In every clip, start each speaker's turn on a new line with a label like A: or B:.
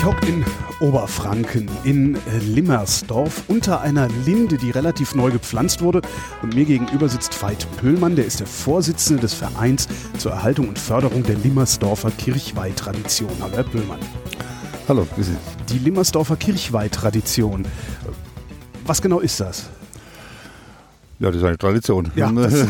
A: Ich hocke in Oberfranken, in Limmersdorf, unter einer Linde, die relativ neu gepflanzt wurde. Und mir gegenüber sitzt Veit Pöhlmann, der ist der Vorsitzende des Vereins zur Erhaltung und Förderung der Limmersdorfer Kirchweih-Tradition. Hallo, Herr Pöhlmann.
B: Hallo, grüße.
A: Die Limmersdorfer Kirchweih-Tradition, was genau ist das?
B: Ja, das ist eine Tradition.
A: Ja,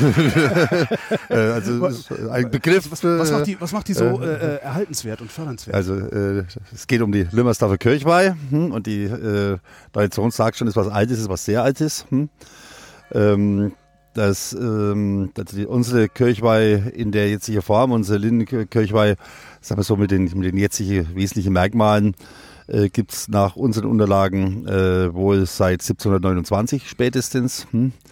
B: also ein Begriff.
A: Was macht die so erhaltenswert und fördernswert?
B: Also es geht um die Limmersdorfer Kirchweih und die Tradition sagt schon, es ist was Altes, ist was sehr Altes. Unsere Kirchweih in der jetzigen Form, unsere Lindenkirchweih, sagen wir so mit den jetzigen wesentlichen Merkmalen, gibt es nach unseren Unterlagen wohl seit 1729 spätestens.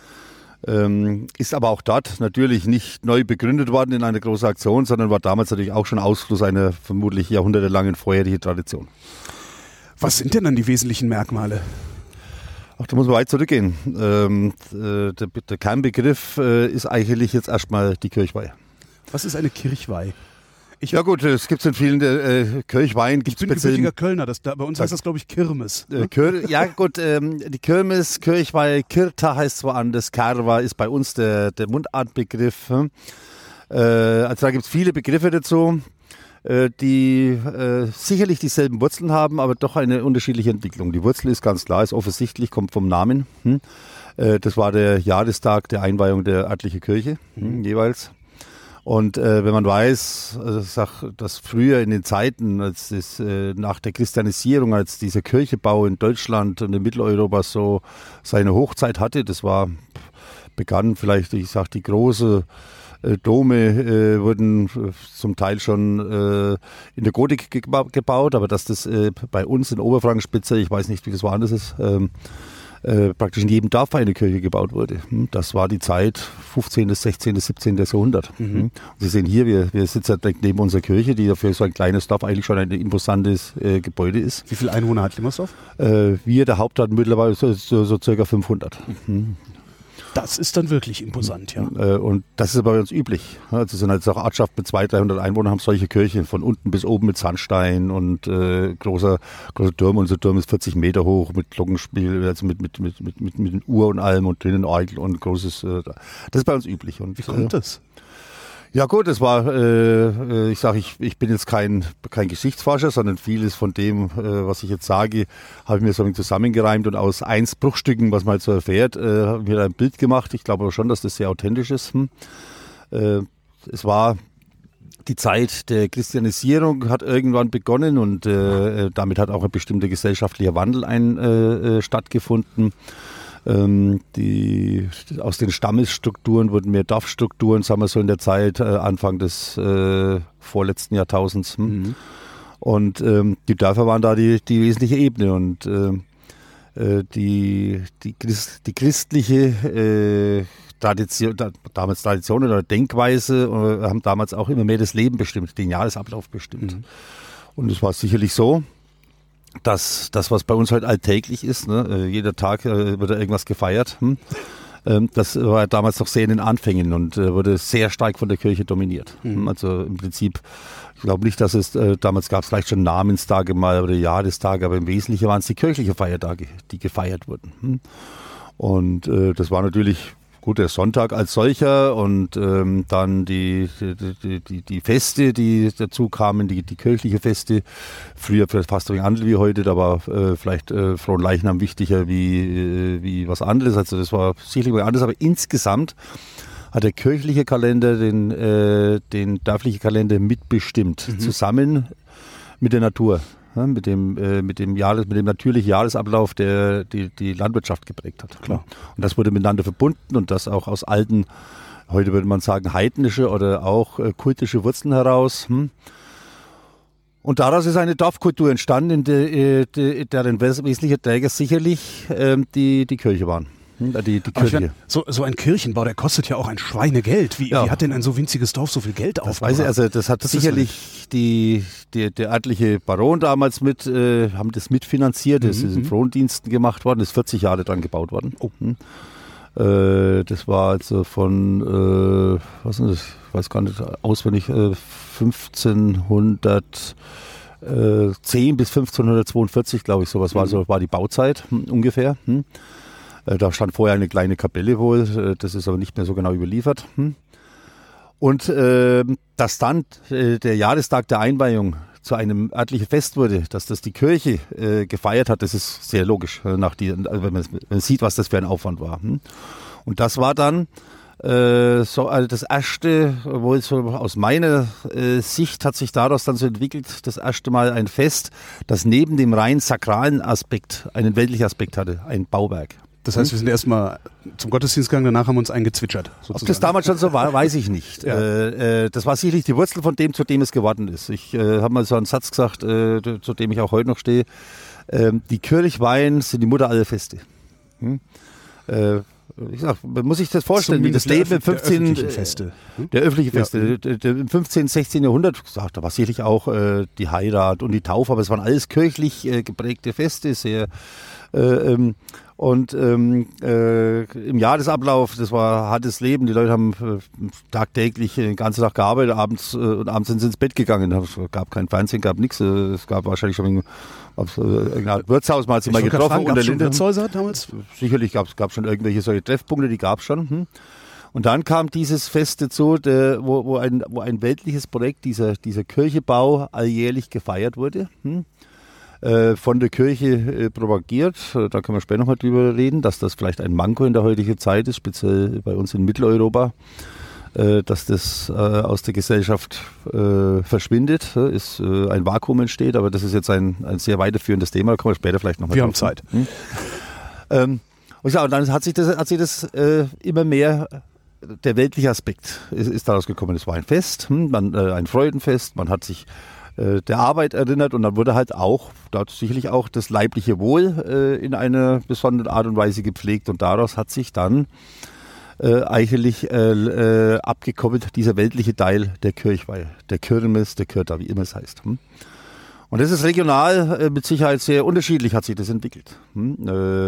B: Ist aber auch dort natürlich nicht neu begründet worden in einer großen Aktion, sondern war damals natürlich auch schon Ausfluss einer vermutlich jahrhundertelangen vorherigen Tradition.
A: Was sind denn dann die wesentlichen Merkmale?
B: Ach, da muss man weit zurückgehen. Der Kernbegriff ist eigentlich jetzt erstmal die Kirchweih.
A: Was ist eine Kirchweih?
B: Ja gut, es gibt es in vielen Kirchweihen.
A: Ich bin gebürtiger Kölner, bei uns heißt das, glaube ich, Kirmes.
B: Ja gut, die Kirmes, Kirchweih, Kirta heißt woanders, Karwa ist bei uns der Mundartbegriff. Also da gibt es viele Begriffe dazu, die sicherlich dieselben Wurzeln haben, aber doch eine unterschiedliche Entwicklung. Die Wurzel ist ganz klar, ist offensichtlich, kommt vom Namen. Das war der Jahrestag der Einweihung der örtlichen Kirche jeweils. Und wenn man weiß, dass früher in den Zeiten, nach der Christianisierung, als dieser Kirchenbau in Deutschland und in Mitteleuropa so seine Hochzeit hatte, begann vielleicht, die große Dome wurden zum Teil schon in der Gotik gebaut, aber dass das bei uns in Oberfrankenspitze, ich weiß nicht, wie das woanders ist, praktisch in jedem Dorf eine Kirche gebaut wurde. Das war die Zeit 15., 16., 17. Jahrhundert. Und Sie sehen hier, wir sitzen direkt neben unserer Kirche, die für so ein kleines Dorf eigentlich schon ein imposantes Gebäude ist.
A: Wie viele Einwohner hat Limmersdorf?
B: Der Hauptort mittlerweile so circa 500.
A: Das ist dann wirklich imposant, ja.
B: Und das ist bei uns üblich. Also sind jetzt auch Ortschaften mit 200, 300 Einwohnern, haben solche Kirchen von unten bis oben mit Sandstein und großer Turm. Unser Turm ist 40 Meter hoch mit Glockenspiel, also mit Uhr und allem und drinnen Orgel und großes. Das ist bei uns üblich. Und,
A: wie kommt das?
B: Ja gut, das war, ich bin jetzt kein Geschichtsforscher, sondern vieles von dem, was ich jetzt sage, habe ich mir so zusammengereimt und aus Bruchstücken, was man halt so erfährt, habe ich mir ein Bild gemacht. Ich glaube aber schon, dass das sehr authentisch ist. Es war die Zeit der Christianisierung hat irgendwann begonnen und damit hat auch ein bestimmter gesellschaftlicher Wandel stattgefunden. Aus den Stammesstrukturen wurden mehr Dorfstrukturen, sagen wir so in der Zeit, Anfang des vorletzten Jahrtausends. Und die Dörfer waren da die wesentliche Ebene. Und die christliche Tradition, damals Tradition oder Denkweise, haben damals auch immer mehr das Leben bestimmt, den Jahresablauf bestimmt. Und es war sicherlich so, dass das, was bei uns halt alltäglich ist, jeder Tag wird da irgendwas gefeiert, das war damals noch sehr in den Anfängen und wurde sehr stark von der Kirche dominiert. Also im Prinzip, ich glaube nicht, dass es, damals gab es vielleicht schon Namenstage mal oder Jahrestage, aber im Wesentlichen waren es die kirchlichen Feiertage, die gefeiert wurden. Und das war natürlich gut, der Sonntag als solcher und dann die Feste, die dazu kamen, die kirchliche Feste, früher fast ein wenig anders wie heute, da war vielleicht Fronleichnam wichtiger wie was anderes, also das war sicherlich mal anders, aber insgesamt hat der kirchliche Kalender den dörflichen Kalender mitbestimmt, zusammen mit der Natur. Mit dem natürlichen Jahresablauf, der die Landwirtschaft geprägt hat.
A: Klar.
B: Und das wurde miteinander verbunden und das auch aus alten, heute würde man sagen, heidnische oder auch kultische Wurzeln heraus. Und daraus ist eine Dorfkultur entstanden, deren wesentlicher Träger sicherlich die Kirche waren. Die Kirche.
A: So ein Kirchenbau, der kostet ja auch ein Schweinegeld. Wie hat denn ein so winziges Dorf so viel Geld aufgebracht?
B: Weiß ich, also das hat sicherlich der örtliche Baron damals haben das mitfinanziert. Das ist in Frondiensten gemacht worden, ist 40 Jahre dann gebaut worden. Das war also ich weiß gar nicht auswendig, 1500 10 bis 1542, glaube ich, sowas war die Bauzeit ungefähr. Da stand vorher eine kleine Kapelle wohl, das ist aber nicht mehr so genau überliefert. Und dass dann der Jahrestag der Einweihung zu einem örtlichen Fest wurde, dass das die Kirche gefeiert hat, das ist sehr logisch, wenn man sieht, was das für ein Aufwand war. Und das war dann also das erste, wohl so aus meiner Sicht hat sich daraus dann so entwickelt, das erste Mal ein Fest, das neben dem rein sakralen Aspekt einen weltlichen Aspekt hatte, ein Bauwerk.
A: Das heißt, wir sind erstmal zum Gottesdienst gegangen, danach haben wir uns eingezwitschert.
B: Sozusagen. Ob das damals schon so war, weiß ich nicht. Ja. Das war sicherlich die Wurzel von dem, zu dem es geworden ist. Ich habe mal so einen Satz gesagt, zu dem ich auch heute noch stehe. Die Kirchweihen sind die Mutter aller Feste. Ich sag, man muss sich das vorstellen, wie das Leben im 15.
A: Der öffentlichen Feste.
B: Der öffentliche Feste. Im 15., 16. Jahrhundert, da war sicherlich auch die Heirat und die Taufe, aber es waren alles kirchlich geprägte Feste, sehr und im Jahresablauf, das war hartes Leben, die Leute haben tagtäglich den ganzen Tag gearbeitet, abends sind sie ins Bett gegangen, es gab kein Fernsehen, gab nichts, es gab wahrscheinlich schon irgendein Wirtshaus, man hat sich mal getroffen.
A: Gab es schon Wirtshäuser damals?
B: Sicherlich gab schon irgendwelche solche Treffpunkte, die gab es schon. Und dann kam dieses Fest dazu, wo ein weltliches Projekt, dieser Kirchebau alljährlich gefeiert wurde. Von der Kirche propagiert. Da können wir später nochmal drüber reden, dass das vielleicht ein Manko in der heutigen Zeit ist, speziell bei uns in Mitteleuropa, dass das aus der Gesellschaft verschwindet, ein Vakuum entsteht, aber das ist jetzt ein sehr weiterführendes Thema, da kommen wir später vielleicht nochmal
A: drauf. Wir haben Zeit.
B: Und dann hat sich das immer mehr, der weltliche Aspekt ist daraus gekommen. Es war ein Fest, ein Freudenfest, man hat sich der Arbeit erinnert und dann wurde halt auch, dort sicherlich auch das leibliche Wohl in einer besonderen Art und Weise gepflegt und daraus hat sich dann eigentlich abgekoppelt dieser weltliche Teil der Kirchweih, der Kirmes, der Kirta, wie immer es heißt. Und das ist regional mit Sicherheit sehr unterschiedlich, hat sich das entwickelt. Und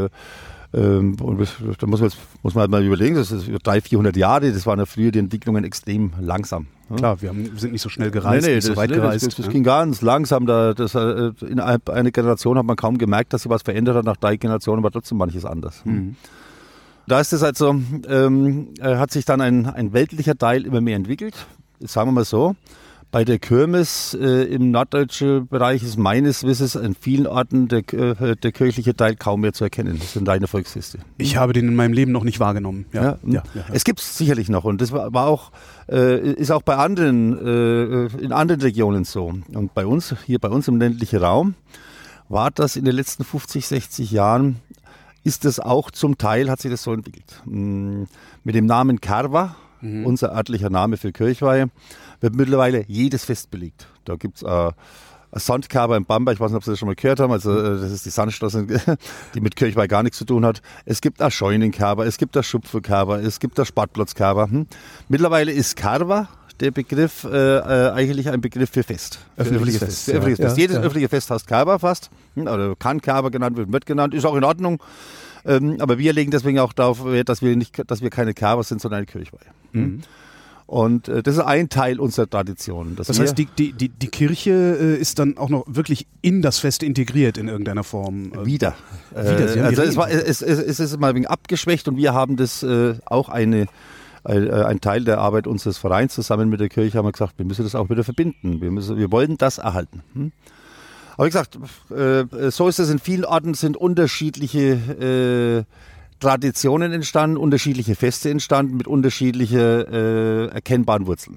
B: da muss man halt mal überlegen, das ist 300-400 Jahre, das waren ja früher die Entwicklungen extrem langsam.
A: Klar, wir sind nicht so schnell gereist, nicht so weit gereist.
B: Das ging ganz langsam. Innerhalb einer Generation hat man kaum gemerkt, dass sich was verändert hat. Nach 3 Generationen war trotzdem manches anders. Da ist es also, hat sich dann ein weltlicher Teil immer mehr entwickelt. Sagen wir mal so. Bei der Kirmes im norddeutschen Bereich ist meines Wissens an vielen Orten der kirchliche Teil kaum mehr zu erkennen. Das sind reine Volksfeste.
A: Ich habe den in meinem Leben noch nicht wahrgenommen. Ja.
B: Es gibt es sicherlich noch und das war auch, ist auch bei in anderen Regionen so. Und bei uns im ländlichen Raum war das in den letzten 50, 60 Jahren, ist das auch zum Teil, hat sich das so entwickelt. Mit dem Namen Karwa, unser örtlicher Name für Kirchweih, wird mittlerweile jedes Fest belegt. Da gibt es eine Sandkarber in Bamberg, ich weiß nicht, ob Sie das schon mal gehört haben, also das ist die Sandstraße, die mit Kirchweih gar nichts zu tun hat. Es gibt eine Scheunenkarber, es gibt eine Schupfenkarber, es gibt eine Sportplatzkarber. Mittlerweile ist Karwa der Begriff eigentlich ein Begriff für Fest.
A: Öffentliches Fest.
B: Fest. Jedes öffentliche Fest heißt Karber fast, oder kann Karber genannt werden, wird genannt, ist auch in Ordnung. Aber wir legen deswegen auch darauf Wert, dass wir keine Karber sind, sondern eine Kirchweih. Und das ist ein Teil unserer Tradition.
A: Das heißt, die Kirche ist dann auch noch wirklich in das Fest integriert in irgendeiner Form?
B: Wieder. Also es ist mal ein wenig abgeschwächt und wir haben das auch ein Teil der Arbeit unseres Vereins zusammen mit der Kirche haben wir gesagt, wir müssen das auch wieder verbinden. Wir wollen das erhalten. Aber wie gesagt, so ist es in vielen Orten, sind unterschiedliche Traditionen entstanden, unterschiedliche Feste entstanden mit unterschiedlichen erkennbaren Wurzeln.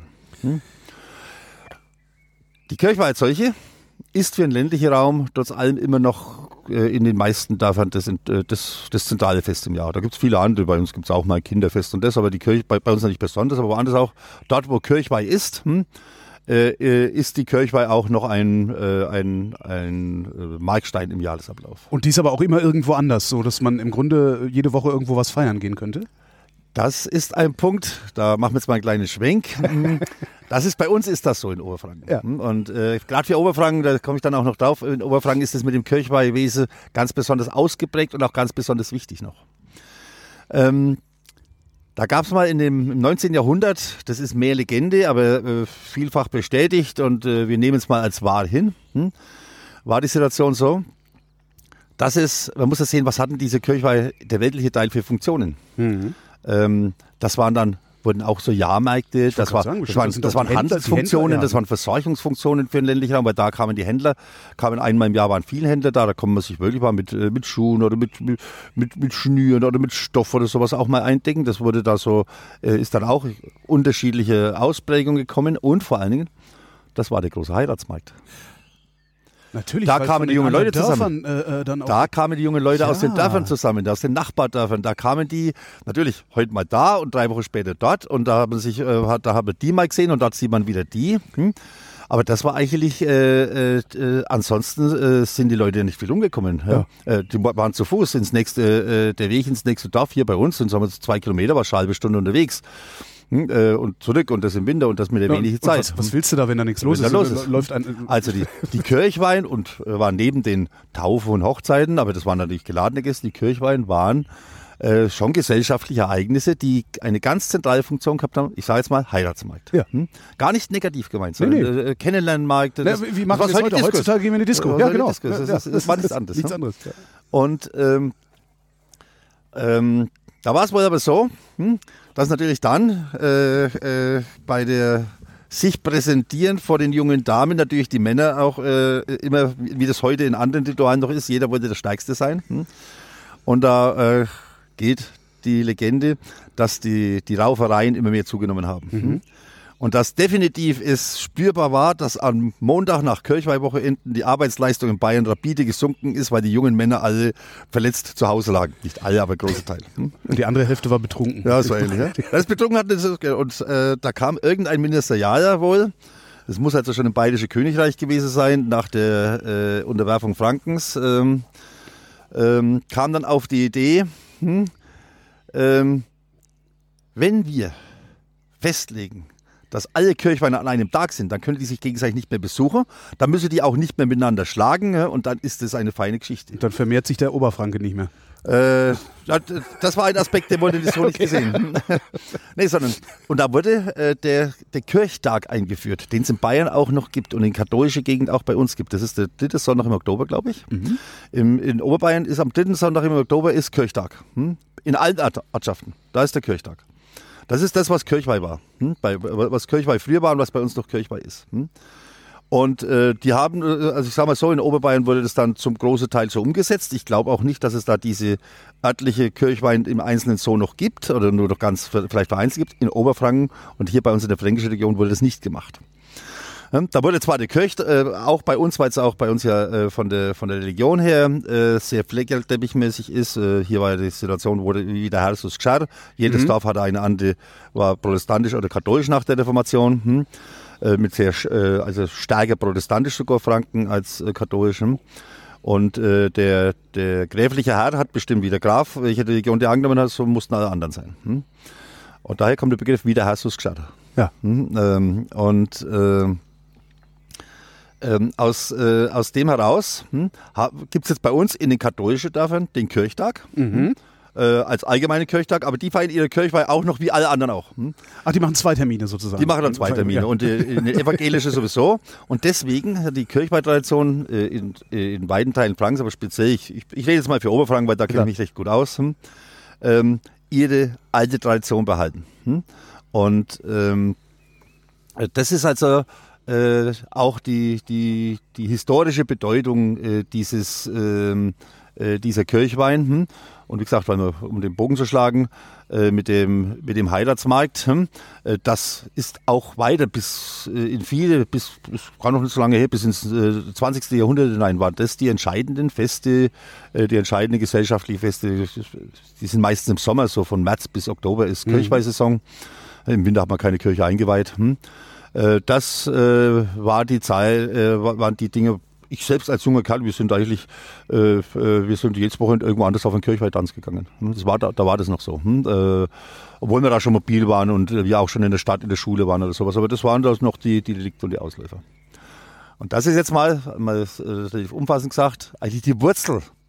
B: Die Kirchweih als solche ist für den ländlichen Raum trotz allem immer noch in den meisten Dörfern das zentrale Fest im Jahr. Da gibt es viele andere, bei uns gibt es auch mal ein Kinderfest und das, aber die Kirche, bei uns nicht besonders, aber woanders auch, dort wo Kirchweih ist die Kirchweih auch noch ein Markstein im Jahresablauf.
A: Und die ist aber auch immer irgendwo anders, so dass man im Grunde jede Woche irgendwo was feiern gehen könnte?
B: Das ist ein Punkt, da machen wir jetzt mal einen kleinen Schwenk. Bei uns ist das so in Oberfranken. Ja. Und gerade für Oberfranken, da komme ich dann auch noch drauf, in Oberfranken ist es mit dem Kirchweihwesen ganz besonders ausgeprägt und auch ganz besonders wichtig noch. Da gab es mal im 19. Jahrhundert, das ist mehr Legende, aber vielfach bestätigt und wir nehmen es mal als wahr hin, war die Situation so, dass man muss ja sehen, was hatten diese Kirchweih, der weltliche Teil für Funktionen. Das wurden auch so Jahrmärkte, das waren Handelsfunktionen, das waren Versorgungsfunktionen für den ländlichen Raum, weil da kamen die Händler, einmal im Jahr waren viele Händler da konnte man sich wirklich mal mit Schuhen oder mit Schnüren oder mit Stoff oder sowas auch mal eindecken. Das wurde da so, ist dann auch unterschiedliche Ausprägungen gekommen und vor allen Dingen, das war der große Heiratsmarkt.
A: Natürlich,
B: da kamen die jungen Leute zusammen.
A: Da
B: kamen die jungen Leute aus den Dörfern zusammen, aus den Nachbardörfern. Da kamen die natürlich heute mal da und 3 Wochen später dort. Und da haben wir die mal gesehen und dort sieht man wieder die. Aber das war eigentlich, ansonsten sind die Leute nicht viel umgekommen. Ja. Die waren zu Fuß der Weg ins nächste Dorf hier bei uns, sind 2 Kilometer, war eine halbe Stunde unterwegs. Und zurück und das im Winter und das mit der wenigen Zeit.
A: Was willst du da, wenn da nichts los ist?
B: Also die Kirchweihen waren neben den Taufen und Hochzeiten, aber das waren natürlich geladene Gäste, die Kirchweihen waren schon gesellschaftliche Ereignisse, die eine ganz zentrale Funktion gehabt haben. Ich sage jetzt mal Heiratsmarkt.
A: Ja.
B: Gar nicht negativ gemeint, sondern Kennenlernmarkt.
A: Wie machen wir das heute? Heutzutage gehen wir in die Disco.
B: Ja, genau. Das war nichts anderes.
A: Nichts anderes. Ja.
B: Und da war es wohl aber so, dass natürlich dann bei der sich präsentieren vor den jungen Damen natürlich die Männer auch immer, wie das heute in anderen Ritualen noch ist, jeder wollte der Stärkste sein. Und da geht die Legende, dass die Raufereien immer mehr zugenommen haben. Und dass definitiv es spürbar war, dass am Montag nach Kirchweihwochenenden die Arbeitsleistung in Bayern rapide gesunken ist, weil die jungen Männer alle verletzt zu Hause lagen. Nicht alle, aber große Teile.
A: Und die andere Hälfte war betrunken.
B: Ja, so ähnlich. Ja. Das betrunken hat und da kam irgendein Ministerialer wohl. Das muss also schon im Bayerische Königreich gewesen sein, nach der Unterwerfung Frankens. Kam dann auf die Idee, wenn wir festlegen, dass alle Kirchweine an einem Tag sind, dann können die sich gegenseitig nicht mehr besuchen, dann müssen die auch nicht mehr miteinander schlagen und dann ist es eine feine Geschichte.
A: Und dann vermehrt sich der Oberfranke nicht mehr.
B: Das war ein Aspekt, der wurde so nicht gesehen. Nee, und da wurde der Kirchtag eingeführt, den es in Bayern auch noch gibt und in katholischer Gegend auch bei uns gibt. Das ist der 3. Sonntag im Oktober, glaube ich. In Oberbayern ist am 3. Sonntag im Oktober ist Kirchtag. In allen Ortschaften, da ist der Kirchtag. Das ist das, was Kirchweih war. Was Kirchweih früher war und was bei uns noch Kirchweih ist. Und die haben, also ich sage mal so, in Oberbayern wurde das dann zum großen Teil so umgesetzt. Ich glaube auch nicht, dass es da diese örtliche Kirchweih im Einzelnen so noch gibt oder nur noch ganz vielleicht vereinzelt gibt. In Oberfranken und hier bei uns in der fränkischen Region wurde das nicht gemacht. Da wurde zwar die Kirche, auch bei uns, weil es auch bei uns ja von der Religion her sehr fleckerteppichmäßig ist. Hier war die Situation, wie der Herr es geschah. Jedes Dorf hatte eine andere, war protestantisch oder katholisch nach der Reformation. Mit sehr, also stärker protestantisch sogar Franken als katholischem. Und der gräfliche Herr hat bestimmt, wie der Graf, welche Religion der angenommen hat, so mussten alle anderen sein. Und daher kommt der Begriff, wie der Herr es geschah.
A: Ja.
B: Aus dem heraus gibt es jetzt bei uns in den katholischen Dörfern den Kirchtag als allgemeine Kirchtag, aber die feiern ihre Kirchweih auch noch wie alle anderen auch.
A: Ach, die machen 2 Termine sozusagen.
B: Die machen dann 2 Termine ja. Und in den evangelische sowieso. Und deswegen hat die Kirchweihtradition in beiden Teilen Frankens, aber speziell, ich rede jetzt mal für Oberfranken, weil da kenne ich mich recht gut aus, ihre alte Tradition behalten. Und das ist also auch die historische Bedeutung dieser Kirchweih. Und wie gesagt, um den Bogen zu schlagen, mit dem Heiratsmarkt, das ist auch weiter bis kann noch nicht so lange her, bis ins 20. Jahrhundert hinein war das die entscheidenden Feste, die entscheidenden gesellschaftlichen Feste, die sind meistens im Sommer, so von März bis Oktober ist Kirchweihsaison. Im Winter hat man keine Kirche eingeweiht. Das war die Zeit, waren die Dinge. Ich selbst als junger Kerl, wir sind jedes Wochenende irgendwo anders auf einen Kirchweihtanz gegangen. Da war das noch so. Obwohl wir da schon mobil waren und wir auch schon in der Stadt, in der Schule waren oder sowas. Aber das waren das noch die Delikte und die Ausläufer. Und das ist jetzt mal relativ umfassend gesagt, eigentlich die Wurzel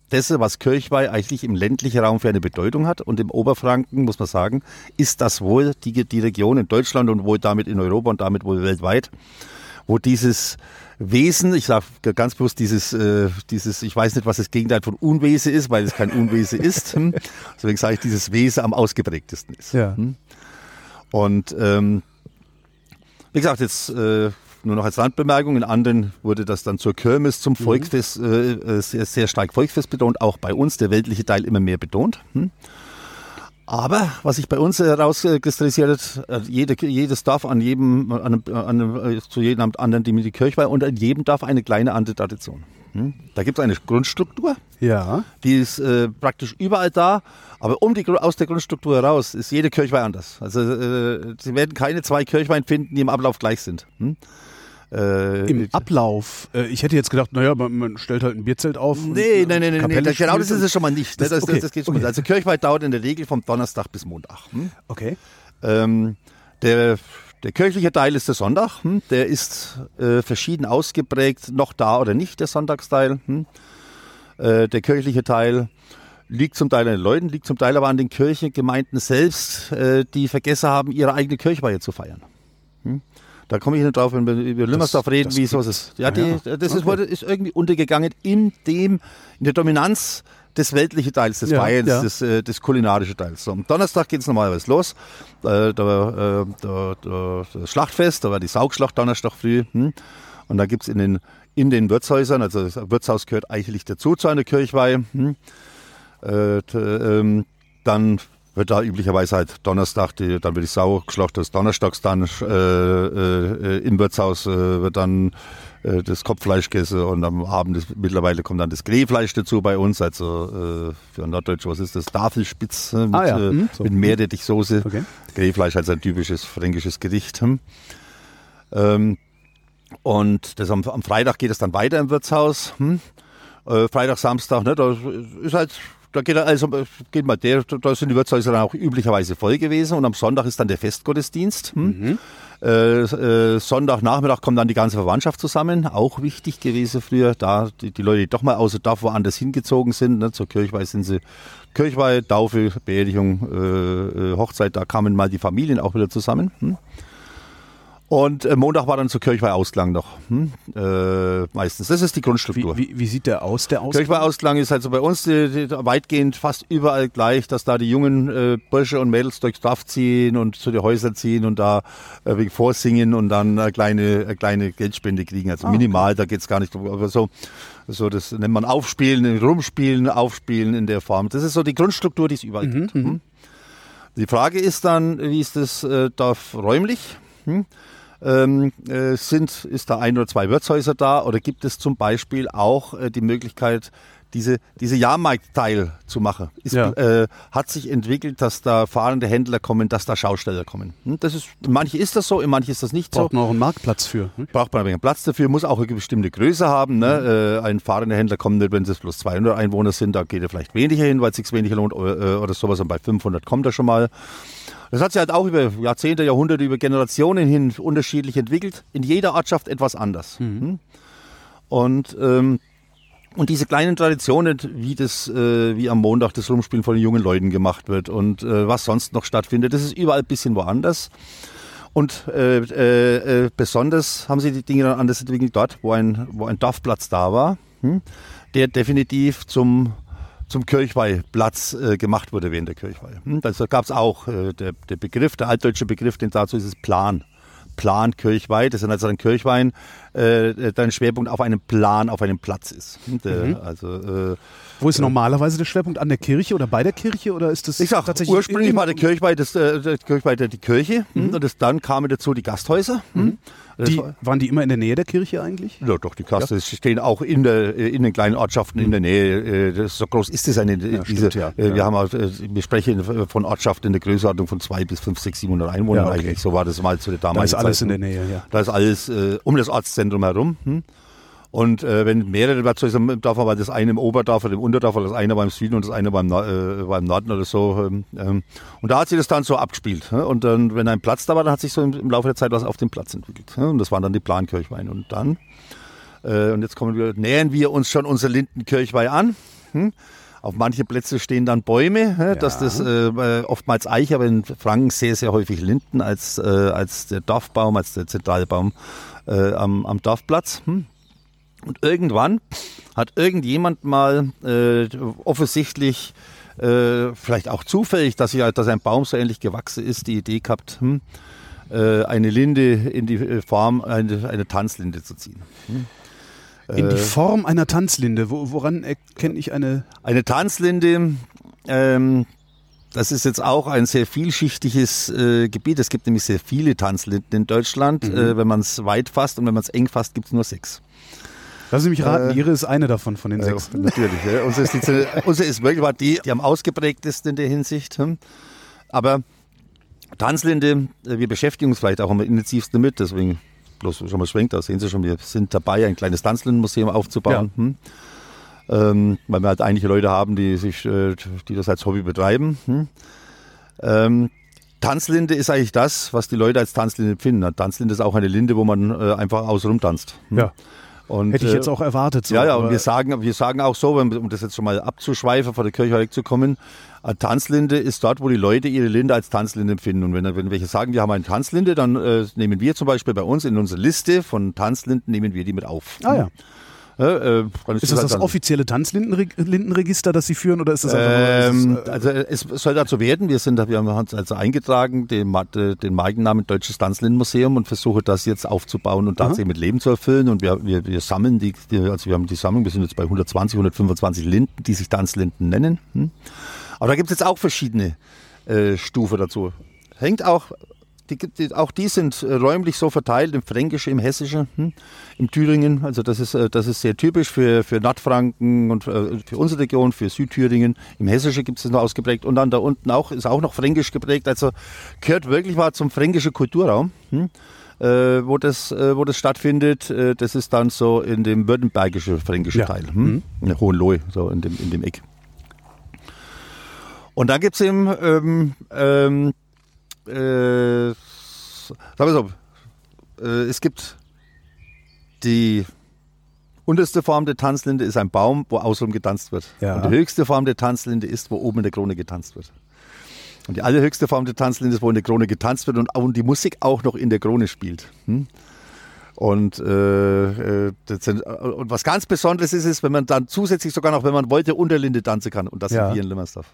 B: dessen, was Kirchweih eigentlich im ländlichen Raum für eine Bedeutung hat. Und im Oberfranken, muss man sagen, ist das wohl die Region in Deutschland und wohl damit in Europa und damit wohl weltweit, wo dieses Wesen, ich sage ganz bewusst dieses, ich weiß nicht, was das Gegenteil von Unwesen ist, weil es kein Unwesen ist. Deswegen sage ich, dieses Wesen am ausgeprägtesten ist.
A: Ja.
B: Und wie gesagt, jetzt nur noch als Randbemerkung, in anderen wurde das dann zur Kirmes, zum Volksfest, sehr, sehr stark Volksfest betont, auch bei uns, der weltliche Teil immer mehr betont. Aber was sich bei uns herauskristallisiert hat, jedes Dorf zu jedem anderen die Kirchweih und an jedem Dorf eine kleine andere Tradition. Da gibt es eine Grundstruktur, die ist praktisch überall da, aber aus der Grundstruktur heraus ist jede Kirchweih anders. Also Sie werden keine 2 Kirchweihen finden, die im Ablauf gleich sind.
A: Im Ablauf? Ich hätte jetzt gedacht, naja, man stellt halt ein Bierzelt auf.
B: Nee, genau das ist es schon mal nicht. Das geht schon mal. Also Kirchweih dauert in der Regel vom Donnerstag bis Montag.
A: Okay.
B: Der kirchliche Teil ist der Sonntag. Der ist verschieden ausgeprägt, noch da oder nicht, der Sonntagsteil. Der kirchliche Teil liegt zum Teil an den Leuten, liegt zum Teil aber an den Kirchengemeinden selbst, die vergessen haben, ihre eigene Kirchweihe zu feiern. Da komme ich nicht drauf, wenn wir über Limmersdorf reden, wie sowas ist. Ja, das ist irgendwie untergegangen in der Dominanz des weltlichen Teils, des Feierns, des kulinarischen Teils. So, am Donnerstag geht es normalerweise los. Das Schlachtfest, da war die Saugschlacht Donnerstag früh. Und da gibt es in den Wirtshäusern, also das Wirtshaus gehört eigentlich dazu zu einer Kirchweih. Dann wird da üblicherweise halt Donnerstag, dann wird die Sau geschlachtet, das Donnerstags dann im Wirtshaus wird dann das Kopffleisch gegessen und am Abend mittlerweile kommt dann das Grillfleisch dazu bei uns, also für Norddeutsch, was ist das? Tafelspitz mit Meerrettichsoße. Okay. Grillfleisch als ein typisches fränkisches Gericht. Und das am Freitag geht es dann weiter im Wirtshaus. Freitag, Samstag, ne, da ist halt... Da da sind die Wirtshäuser dann auch üblicherweise voll gewesen und am Sonntag ist dann der Festgottesdienst. Sonntagnachmittag kommt dann die ganze Verwandtschaft zusammen, auch wichtig gewesen früher, da die Leute, die doch mal außer Dorf woanders hingezogen sind, ne, zur Kirchweih sind sie, Kirchweih, Taufe, Beerdigung, Hochzeit, da kamen mal die Familien auch wieder zusammen. Und Montag war dann zur Kirchweih-Ausklang noch, meistens. Das ist die Grundstruktur.
A: Wie sieht der aus, der Ausklang?
B: Kirchweih-Ausklang ist also bei uns weitgehend fast überall gleich, dass da die jungen Bursche und Mädels durchs Dorf ziehen und zu den Häusern ziehen und da vorsingen und dann eine kleine Geldspende kriegen. Also minimal, okay. Da geht's gar nicht drum. Aber so, das nennt man Aufspielen, Rumspielen, Aufspielen in der Form. Das ist so die Grundstruktur, die es überall gibt. Die Frage ist dann, wie ist das Dorf räumlich? Ist da 1 oder 2 Wirtshäuser da oder gibt es zum Beispiel auch die Möglichkeit, diese Jahrmarktteil zu machen? Hat sich entwickelt, dass da fahrende Händler kommen, dass da Schausteller kommen. In manche ist das so, in manche ist das nicht so.
A: Braucht man auch einen Marktplatz für.
B: Braucht man einen Platz dafür, muss auch eine bestimmte Größe haben. Ne? Ein fahrender Händler kommt nicht, wenn es bloß 200 Einwohner sind, da geht er vielleicht weniger hin, weil es sich weniger lohnt oder sowas. Und bei 500 kommt er schon mal. Das hat sich halt auch über Jahrzehnte, Jahrhunderte, über Generationen hin unterschiedlich entwickelt. In jeder Ortschaft etwas anders. Und diese kleinen Traditionen, wie am Montag das Rumspielen von den jungen Leuten gemacht wird und was sonst noch stattfindet, das ist überall ein bisschen woanders. Und besonders haben sich die Dinge dann anders entwickelt dort, wo ein Dorfplatz da war, der definitiv zum Kirchweihplatz gemacht wurde während der Kirchweih. Da gab es auch der Begriff, der altdeutsche Begriff, den dazu ist es Plan. Plan Kirchweih, das sind also dann Kirchweih, dein Schwerpunkt auf einem Plan, auf einem Platz ist.
A: Wo ist normalerweise der Schwerpunkt? An der Kirche oder bei der Kirche? Oder ist das
B: tatsächlich ursprünglich war der Kirchweih die Kirche und dann kamen dazu die Gasthäuser.
A: Waren die immer in der Nähe der Kirche eigentlich?
B: Ja, doch, die Gasthäuser stehen auch in den kleinen Ortschaften in der Nähe. So groß ist es wir sprechen von Ortschaften in der Größenordnung von 200 bis 500, 600, 700 Einwohnern eigentlich. So war das mal zu der damaligen Zeit.
A: Da ist alles in der Nähe, ja.
B: Da ist alles um das Ortszentrum herum. Und wenn mehrere Wirtshäuser im Dorf waren, das eine im Oberdorf oder im Unterdorf, oder das eine beim Süden und das eine beim Norden oder so. Und da hat sich das dann so abgespielt. Und dann, wenn ein Platz da war, dann hat sich so im Laufe der Zeit was auf dem Platz entwickelt. Und das waren dann die Plankirchweihen. Und dann, und jetzt nähern wir uns schon unserer Lindenkirchweih an. Auf manche Plätze stehen dann Bäume, dass das oftmals Eiche, aber in Franken sehr, sehr häufig Linden als der Dorfbaum, als der Zentralbaum am Dorfplatz. Und irgendwann hat irgendjemand mal offensichtlich, vielleicht auch zufällig, dass ein Baum so ähnlich gewachsen ist, die Idee gehabt, eine Linde in die Form eine Tanzlinde zu ziehen.
A: In die Form einer Tanzlinde. Woran erkenne ich eine? Eine
B: Tanzlinde, das ist jetzt auch ein sehr vielschichtiges Gebiet. Es gibt nämlich sehr viele Tanzlinden in Deutschland. Wenn man es weit fasst und wenn man es eng fasst, gibt es nur 6.
A: Lassen Sie mich raten, Ihre ist eine davon von den 6.
B: Natürlich. Ja. Unsere ist wirklich die am ausgeprägtesten in der Hinsicht. Aber Tanzlinde, wir beschäftigen uns vielleicht auch am intensivsten damit, deswegen bloß schon mal schwenkt, da sehen Sie schon, wir sind dabei, ein kleines Tanzlindenmuseum aufzubauen, weil wir halt einige Leute haben, die das als Hobby betreiben. Tanzlinde ist eigentlich das, was die Leute als Tanzlinde empfinden. Tanzlinde ist auch eine Linde, wo man einfach außenrum tanzt.
A: Ja. Und, hätte ich jetzt auch erwartet. So,
B: und wir sagen auch so, um das jetzt schon mal abzuschweifen, von der Kirche wegzukommen, eine Tanzlinde ist dort, wo die Leute ihre Linde als Tanzlinde empfinden. Und wenn welche sagen, wir haben eine Tanzlinde, dann nehmen wir zum Beispiel bei uns in unsere Liste von Tanzlinden, nehmen wir die mit auf.
A: Ah ja. Ist das offizielle Tanzlindenregister, das Sie führen, oder ist das einfach
B: also es soll dazu werden. Wir haben uns also eingetragen, den Markennamen Deutsches Tanzlindenmuseum, und versuchen das jetzt aufzubauen und tatsächlich mit Leben zu erfüllen. Und wir sammeln wir haben die Sammlung, wir sind jetzt bei 125 Linden, die sich Tanzlinden nennen. Aber da gibt es jetzt auch verschiedene Stufen dazu. Hängt auch. Auch die sind räumlich so verteilt, im Fränkischen, im Hessischen, im Thüringen. Also das ist sehr typisch für Nordfranken und für unsere Region, für Südthüringen. Im Hessischen gibt es noch ausgeprägt, und dann da unten ist auch noch Fränkisch geprägt. Also gehört wirklich mal zum fränkischen Kulturraum, wo das stattfindet. Das ist dann so in dem württembergischen fränkischen Teil, in der Hohenlohe, so in dem Eck. Und dann gibt es sagen wir so, es gibt die unterste Form der Tanzlinde ist ein Baum, wo außenrum getanzt wird. Ja. Und die höchste Form der Tanzlinde ist, wo oben in der Krone getanzt wird. Und die allerhöchste Form der Tanzlinde ist, wo in der Krone getanzt wird und die Musik auch noch in der Krone spielt. Und was ganz Besonderes ist, wenn man dann zusätzlich sogar noch, wenn man wollte, Unterlinde tanzen kann. Und das sind wir in Limmersdorf.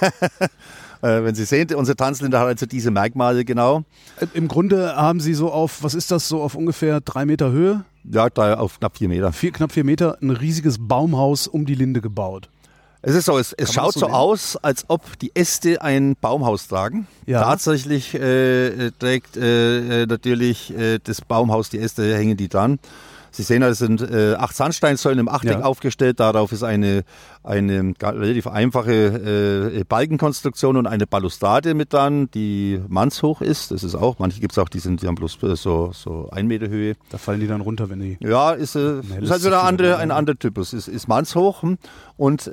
B: Wenn Sie sehen, unsere Tanzlinde hat also diese Merkmale genau.
A: Im Grunde haben Sie so auf ungefähr 3 Meter Höhe?
B: Ja, auf knapp 4 Meter.
A: Knapp 4 Meter, ein riesiges Baumhaus um die Linde gebaut.
B: Es ist so, es schaut so aus, als ob die Äste ein Baumhaus tragen. Ja. Tatsächlich trägt natürlich das Baumhaus die Äste, hängen die dran. Sie sehen, es sind 8 Sandsteinsäulen im Achteck aufgestellt. Darauf ist eine relativ einfache Balkenkonstruktion und eine Balustrade mit dran, die mannshoch ist. Das ist auch, manche gibt es auch, die haben bloß so 1 Meter Höhe.
A: Da fallen die dann runter, wenn die...
B: Ja, ist halt wieder ein anderer Typus. Ist mannshoch und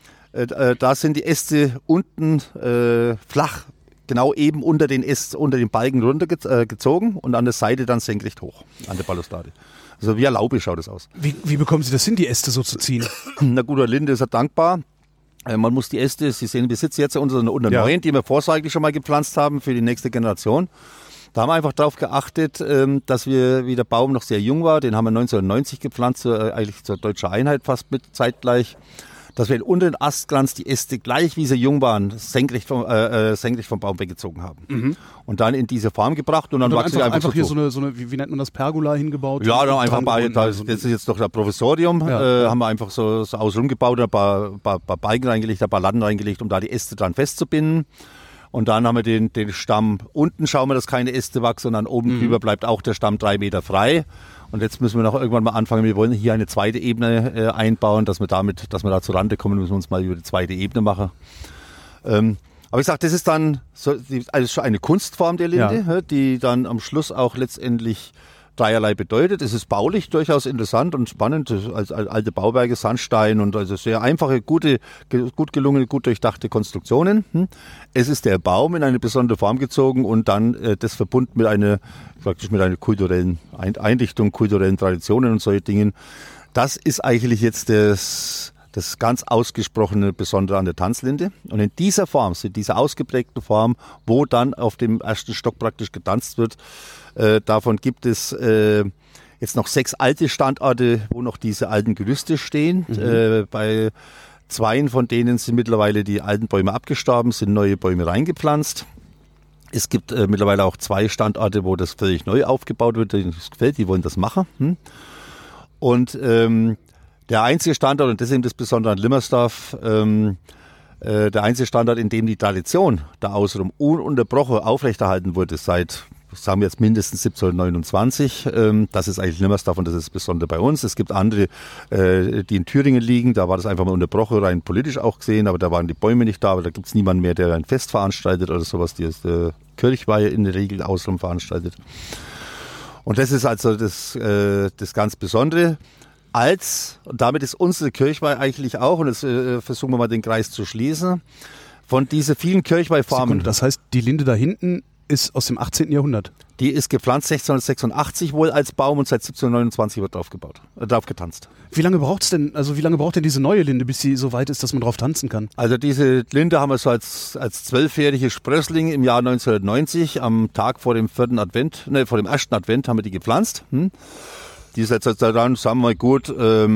B: da sind die Äste unten flach, genau eben unter den Balken runtergezogen und an der Seite dann senkrecht hoch, an der Balustrade. Also wie eine Laube schaut das aus.
A: Wie bekommen Sie das hin, die Äste so zu ziehen?
B: Na gut, der Linde ist ja dankbar. Man muss die Äste, Sie sehen, wir sitzen jetzt unter neuen, die wir vorsorglich schon mal gepflanzt haben für die nächste Generation. Da haben wir einfach darauf geachtet, dass wie der Baum noch sehr jung war, den haben wir 1990 gepflanzt, eigentlich zur deutschen Einheit fast mit zeitgleich, dass wir unter den Astkranz die Äste gleich wie sie jung waren, senkrecht vom Baum weggezogen haben. Und dann in diese Form gebracht und dann wachsen sie einfach
A: hier so eine, wie nennt man das, Pergola hingebaut?
B: Ja, dann einfach das ist jetzt noch das Provisorium, haben wir einfach so außenrum gebaut, ein paar Balken reingelegt, ein paar Latten reingelegt, um da die Äste dran festzubinden. Und dann haben wir den Stamm, unten schauen wir, dass keine Äste wachsen, und dann oben drüber bleibt auch der Stamm 3 Meter frei. Und jetzt müssen wir noch irgendwann mal anfangen, wir wollen hier eine zweite Ebene einbauen, dass wir da zu Rande kommen, müssen wir uns mal über die zweite Ebene machen. Aber ich sage, das ist dann also eine Kunstform der Linde, die dann am Schluss auch letztendlich dreierlei bedeutet. Es ist baulich durchaus interessant und spannend, als alte Bauwerke, Sandstein und also sehr einfache, gut gelungene, gut durchdachte Konstruktionen. Es ist der Baum in eine besondere Form gezogen und dann das verbunden mit einer kulturellen Einrichtung, kulturellen Traditionen und solche Dingen. Das ist eigentlich jetzt das das ganz ausgesprochene Besondere an der Tanzlinde. Und in dieser Form, in dieser ausgeprägten Form, wo dann auf dem ersten Stock praktisch getanzt wird, davon gibt es jetzt noch 6 alte Standorte, wo noch diese alten Gerüste stehen. Bei 2 von denen sind mittlerweile die alten Bäume abgestorben, sind neue Bäume reingepflanzt. Es gibt mittlerweile auch 2 Standorte, wo das völlig neu aufgebaut wird, denen das gefällt, die wollen das machen. Und der einzige Standort, und deswegen das Besondere an Limmersdorf, der einzige Standort, in dem die Tradition da außenrum ununterbrochen aufrechterhalten wurde, seit, sagen wir jetzt mindestens 1729, das ist eigentlich Limmersdorf und das ist das Besondere bei uns. Es gibt andere, die in Thüringen liegen, da war das einfach mal unterbrochen, rein politisch auch gesehen, aber da waren die Bäume nicht da, aber da gibt es niemanden mehr, der ein Fest veranstaltet oder sowas, die Kirchweihe in der Regel außenrum veranstaltet. Und das ist also das ganz Besondere. Und damit ist unsere Kirchweih eigentlich auch, und jetzt versuchen wir mal den Kreis zu schließen, von diesen vielen Kirchweihformen.
A: Das heißt, die Linde da hinten ist aus dem 18. Jahrhundert?
B: Die ist gepflanzt 1686 wohl als Baum und seit 1729 wird drauf getanzt.
A: Wie lange braucht denn diese neue Linde, bis sie so weit ist, dass man drauf tanzen kann?
B: Also diese Linde haben wir so als 12-jährige Sprössling im Jahr 1990, am Tag vor dem ersten Advent haben wir die gepflanzt. Die ist jetzt dann, sagen wir mal gut,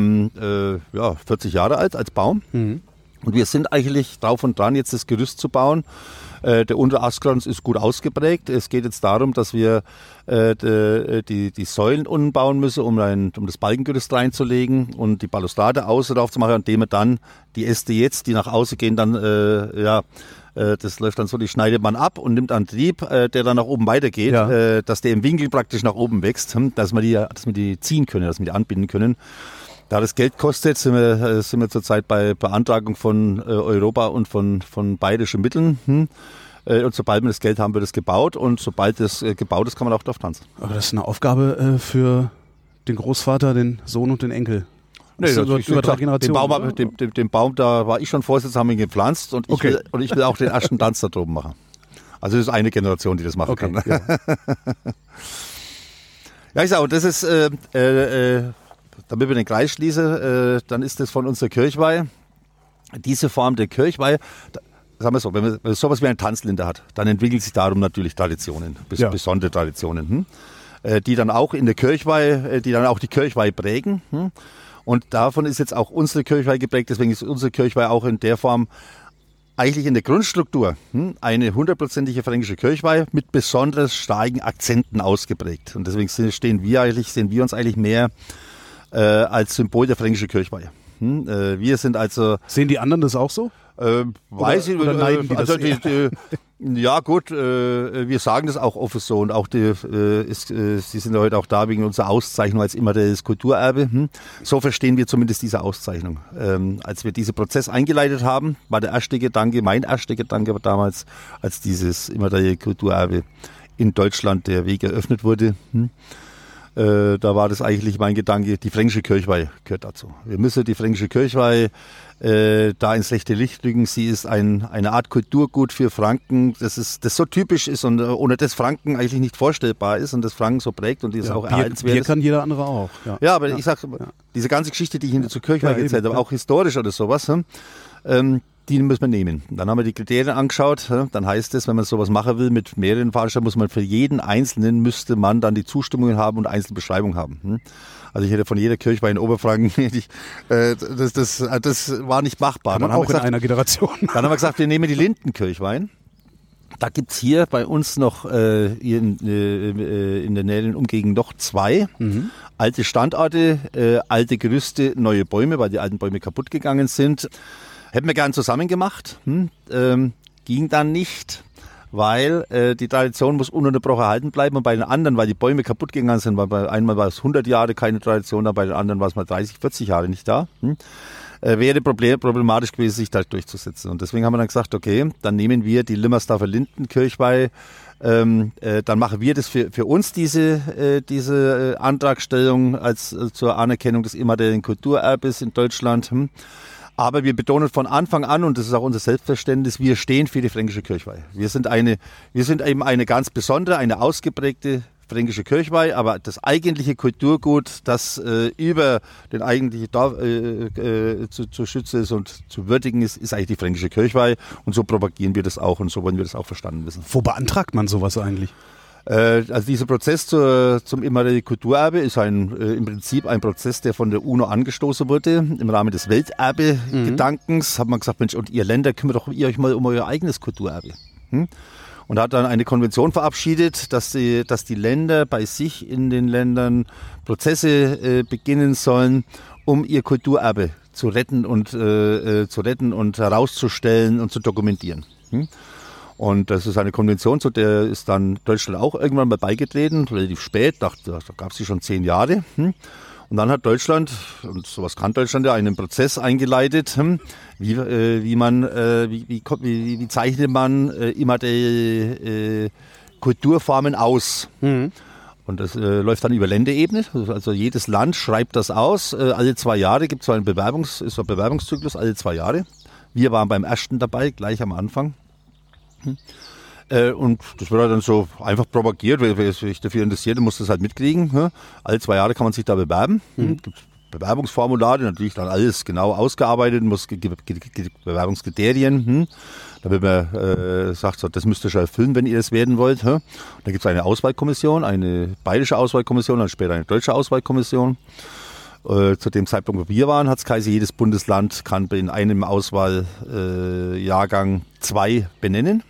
B: 40 Jahre alt als Baum. Und wir sind eigentlich drauf und dran, jetzt das Gerüst zu bauen. Der untere Astkranz ist gut ausgeprägt. Es geht jetzt darum, dass wir die Säulen unten bauen müssen, um das Balkengerüst reinzulegen und die Balustrade außen drauf zu machen, indem wir dann die Äste jetzt, die nach außen gehen, dann das läuft dann so, die schneidet man ab und nimmt einen Trieb, der dann nach oben weitergeht, dass der im Winkel praktisch nach oben wächst, dass wir die ziehen können, dass wir die anbinden können. Da das Geld kostet, sind wir zurzeit bei Beantragung von Europa und von bayerischen Mitteln. Und sobald wir das Geld haben, wird es gebaut. Und sobald es gebaut ist, kann man auch drauf tanzen.
A: Aber das ist eine Aufgabe für den Großvater, den Sohn und den Enkel.
B: Nee, über 3 Generationen. Den Baum, da war ich schon Vorsitzender, haben ihn gepflanzt und ich will auch den ersten Tanz da droben machen. Also das ist eine Generation, die das machen kann. Ja. Ja, ich sage, und das ist, damit wir den Kreis schließen, dann ist das von unserer Kirchweih. Diese Form der Kirchweih, sagen wir so, wenn man sowas wie eine Tanzlinde hat, dann entwickelt sich darum natürlich Traditionen, besondere Traditionen, die dann auch in der Kirchweih, die dann auch die Kirchweih prägen. Und davon ist jetzt auch unsere Kirchweih geprägt, deswegen ist unsere Kirchweih auch in der Form eigentlich in der Grundstruktur eine 100%ige fränkische Kirchweih mit besonders starken Akzenten ausgeprägt. Und deswegen sehen wir uns eigentlich mehr als Symbol der fränkischen Kirchweih. Wir sind also...
A: Sehen die anderen das auch so?
B: Weiß ich,
A: oder neiden die
B: also
A: das
B: ja gut, wir sagen das auch offen so und auch Sie sind ja heute auch da wegen unserer Auszeichnung als immaterielles Kulturerbe. So verstehen wir zumindest diese Auszeichnung. Als wir diesen Prozess eingeleitet haben, war mein erster Gedanke damals, als dieses immaterielle Kulturerbe in Deutschland der Weg eröffnet wurde. Da war das eigentlich mein Gedanke, die fränkische Kirchweih gehört dazu. Wir müssen die fränkische Kirchweih da ins rechte Licht rücken. Sie ist eine Art Kulturgut für Franken, das so typisch ist und ohne das Franken eigentlich nicht vorstellbar ist und das Franken so prägt und die ist auch erhaltenswert.
A: Bier kann jeder andere auch.
B: Ja, aber ich sage, diese ganze Geschichte, die ich Ihnen zur Kirchweih erzählt habe, auch historisch oder sowas, die müssen wir nehmen. Dann haben wir die Kriterien angeschaut. Dann heißt es, wenn man sowas machen will mit mehreren Veranstaltungen, muss man für jeden Einzelnen, müsste man dann die Zustimmungen haben und Einzelbeschreibungen haben. Also ich hätte von jeder Kirchweih in Oberfranken, das war nicht machbar.
A: Dann auch in einer Generation.
B: Dann haben wir gesagt, wir nehmen die Lindenkirchweih. Da gibt's hier bei uns noch in der näheren Umgegend noch 2 alte Standorte, alte Gerüste, neue Bäume, weil die alten Bäume kaputt gegangen sind. Hätten wir gern zusammen gemacht, ging dann nicht, weil die Tradition muss ununterbrochen erhalten bleiben und bei den anderen, weil die Bäume kaputt gegangen sind, weil bei einmal war es 100 Jahre keine Tradition da, bei den anderen war es mal 30, 40 Jahre nicht da, wäre problematisch gewesen, sich da durchzusetzen. Und deswegen haben wir dann gesagt, okay, dann nehmen wir die Limmersdorfer Lindenkirchweih, dann machen wir das für uns, diese Antragstellung zur Anerkennung des immateriellen Kulturerbes in Deutschland. Aber wir betonen von Anfang an, und das ist auch unser Selbstverständnis, wir stehen für die fränkische Kirchweih. Wir sind eben eine ganz besondere, eine ausgeprägte fränkische Kirchweih, aber das eigentliche Kulturgut, das über den eigentlichen Dorf zu schützen ist und zu würdigen ist eigentlich die fränkische Kirchweih. Und so propagieren wir das auch und so wollen wir das auch verstanden wissen.
A: Wo beantragt man sowas eigentlich?
B: Also dieser Prozess zum immateriellen Kulturerbe ist im Prinzip ein Prozess, der von der UNO angestoßen wurde. Im Rahmen des Welterbe-Gedankens hat man gesagt, Mensch, und ihr Länder, kümmert doch ihr euch mal um euer eigenes Kulturerbe. Und hat dann eine Konvention verabschiedet, dass die Länder bei sich in den Ländern Prozesse beginnen sollen, um ihr Kulturerbe zu retten und herauszustellen und zu dokumentieren. Und das ist eine Konvention, zu der ist dann Deutschland auch irgendwann mal beigetreten, relativ spät, da gab es sie schon 10 Jahre. Und dann hat Deutschland, und sowas kann Deutschland ja, einen Prozess eingeleitet, wie zeichnet man immaterielle Kulturformen aus. Und das läuft dann über Länderebene, also jedes Land schreibt das aus, alle 2 Jahre gibt es so einen Bewerbungszyklus, alle 2 Jahre. Wir waren beim ersten dabei, gleich am Anfang. Und das wird halt dann so einfach propagiert, wer sich dafür interessiert, muss das halt mitkriegen. Alle 2 Jahre kann man sich da bewerben. Gibt Bewerbungsformulare, natürlich dann alles genau ausgearbeitet, Bewerbungskriterien. Da wird man sagt, so, das müsst ihr schon erfüllen, wenn ihr das werden wollt. Da gibt es eine Auswahlkommission, eine bayerische Auswahlkommission, dann später eine deutsche Auswahlkommission. Zu dem Zeitpunkt, wo wir waren, hat es geheißen, jedes Bundesland kann in einem Auswahljahrgang 2 benennen.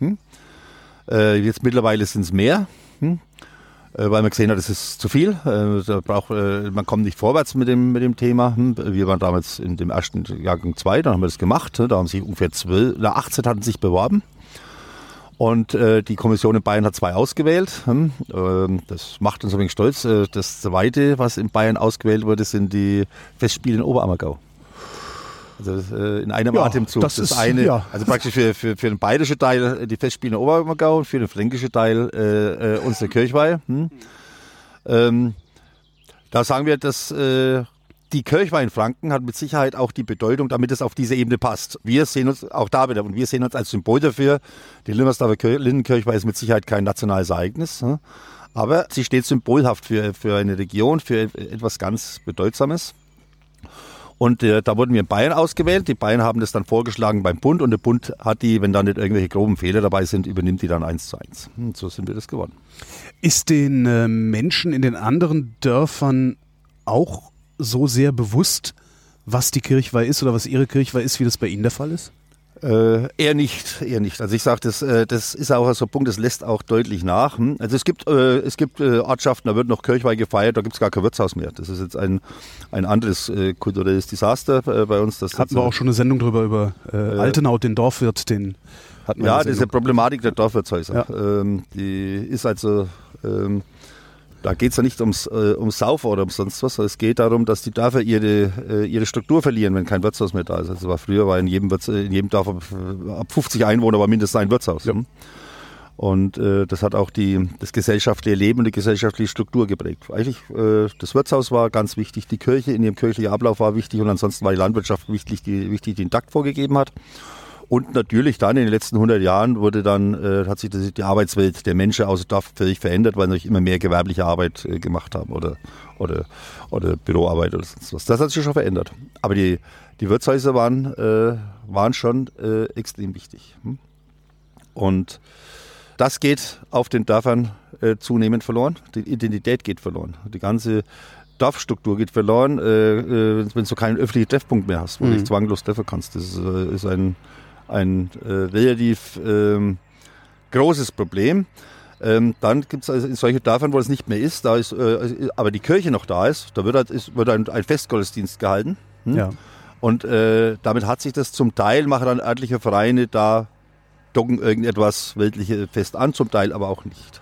B: Jetzt mittlerweile sind es mehr, weil man gesehen hat, das ist zu viel. Man kommt nicht vorwärts mit dem Thema. Wir waren damals in dem ersten Jahrgang 2, dann haben wir das gemacht. Da haben sich ungefähr 18 hatten sich beworben. Und die Kommission in Bayern hat 2 ausgewählt. Das macht uns ein wenig stolz. Das zweite, was in Bayern ausgewählt wurde, sind die Festspiele in Oberammergau. Also in einem Atemzug.
A: Das ist eine,
B: also praktisch für den bayerischen Teil die Festspiele in Oberammergau und für den fränkischen Teil unsere Kirchweih. Da sagen wir, dass die Kirchweih in Franken hat mit Sicherheit auch die Bedeutung, damit es auf diese Ebene passt. Wir sehen uns auch da wieder und wir sehen uns als Symbol dafür. Die Limmersdorfer Lindenkirchweih ist mit Sicherheit kein nationales Ereignis, aber sie steht symbolhaft für eine Region, für etwas ganz Bedeutsames. Und da wurden wir in Bayern ausgewählt. Die Bayern haben das dann vorgeschlagen beim Bund und der Bund hat die, wenn da nicht irgendwelche groben Fehler dabei sind, übernimmt die dann 1:1. Und so sind wir das geworden.
A: Ist den Menschen in den anderen Dörfern auch so sehr bewusst, was die Kirchweih ist oder was ihre Kirchweih ist, wie das bei Ihnen der Fall ist?
B: Eher nicht. Also ich sage, das ist auch so ein Punkt, das lässt auch deutlich nach. Also es gibt Ortschaften, da wird noch Kirchweih gefeiert, da gibt es gar kein Wirtshaus mehr. Das ist jetzt ein anderes kulturelles Desaster bei uns.
A: Hatten wir auch schon eine Sendung drüber, über Altenau, den Dorfwirt, den hatten wir.
B: Ja, das ist eine Problematik der Dorfwirtshäuser. Ja. Die ist also... Da geht es ja nicht ums Saufen oder um sonst was, sondern es geht darum, dass die Dörfer ihre Struktur verlieren, wenn kein Wirtshaus mehr da ist. Also früher war in jedem Dorf ab 50 Einwohner war mindestens ein Wirtshaus. Ja. Und das hat auch das gesellschaftliche Leben und die gesellschaftliche Struktur geprägt. Eigentlich, das Wirtshaus war ganz wichtig, die Kirche in ihrem kirchlichen Ablauf war wichtig und ansonsten war die Landwirtschaft wichtig, die den Takt vorgegeben hat. Und natürlich dann in den letzten 100 Jahren hat sich die Arbeitswelt der Menschen außer Dorf völlig verändert, weil natürlich immer mehr gewerbliche Arbeit gemacht haben oder Büroarbeit oder sonst was. Das hat sich schon verändert. Aber die Wirtshäuser waren schon extrem wichtig. Und das geht auf den Dörfern zunehmend verloren. Die Identität geht verloren. Die ganze Dorfstruktur geht verloren, wenn du keinen öffentlichen Treffpunkt mehr hast, wo du dich zwanglos treffen kannst. Das ist ein relativ großes Problem. Dann gibt es also in solchen Dörfern, wo es nicht mehr ist, aber die Kirche noch da ist, da wird ein Festgottesdienst gehalten.
A: Ja.
B: Und damit hat sich das zum Teil, machen dann örtliche Vereine da, docken irgendetwas weltliche Fest an, zum Teil aber auch nicht.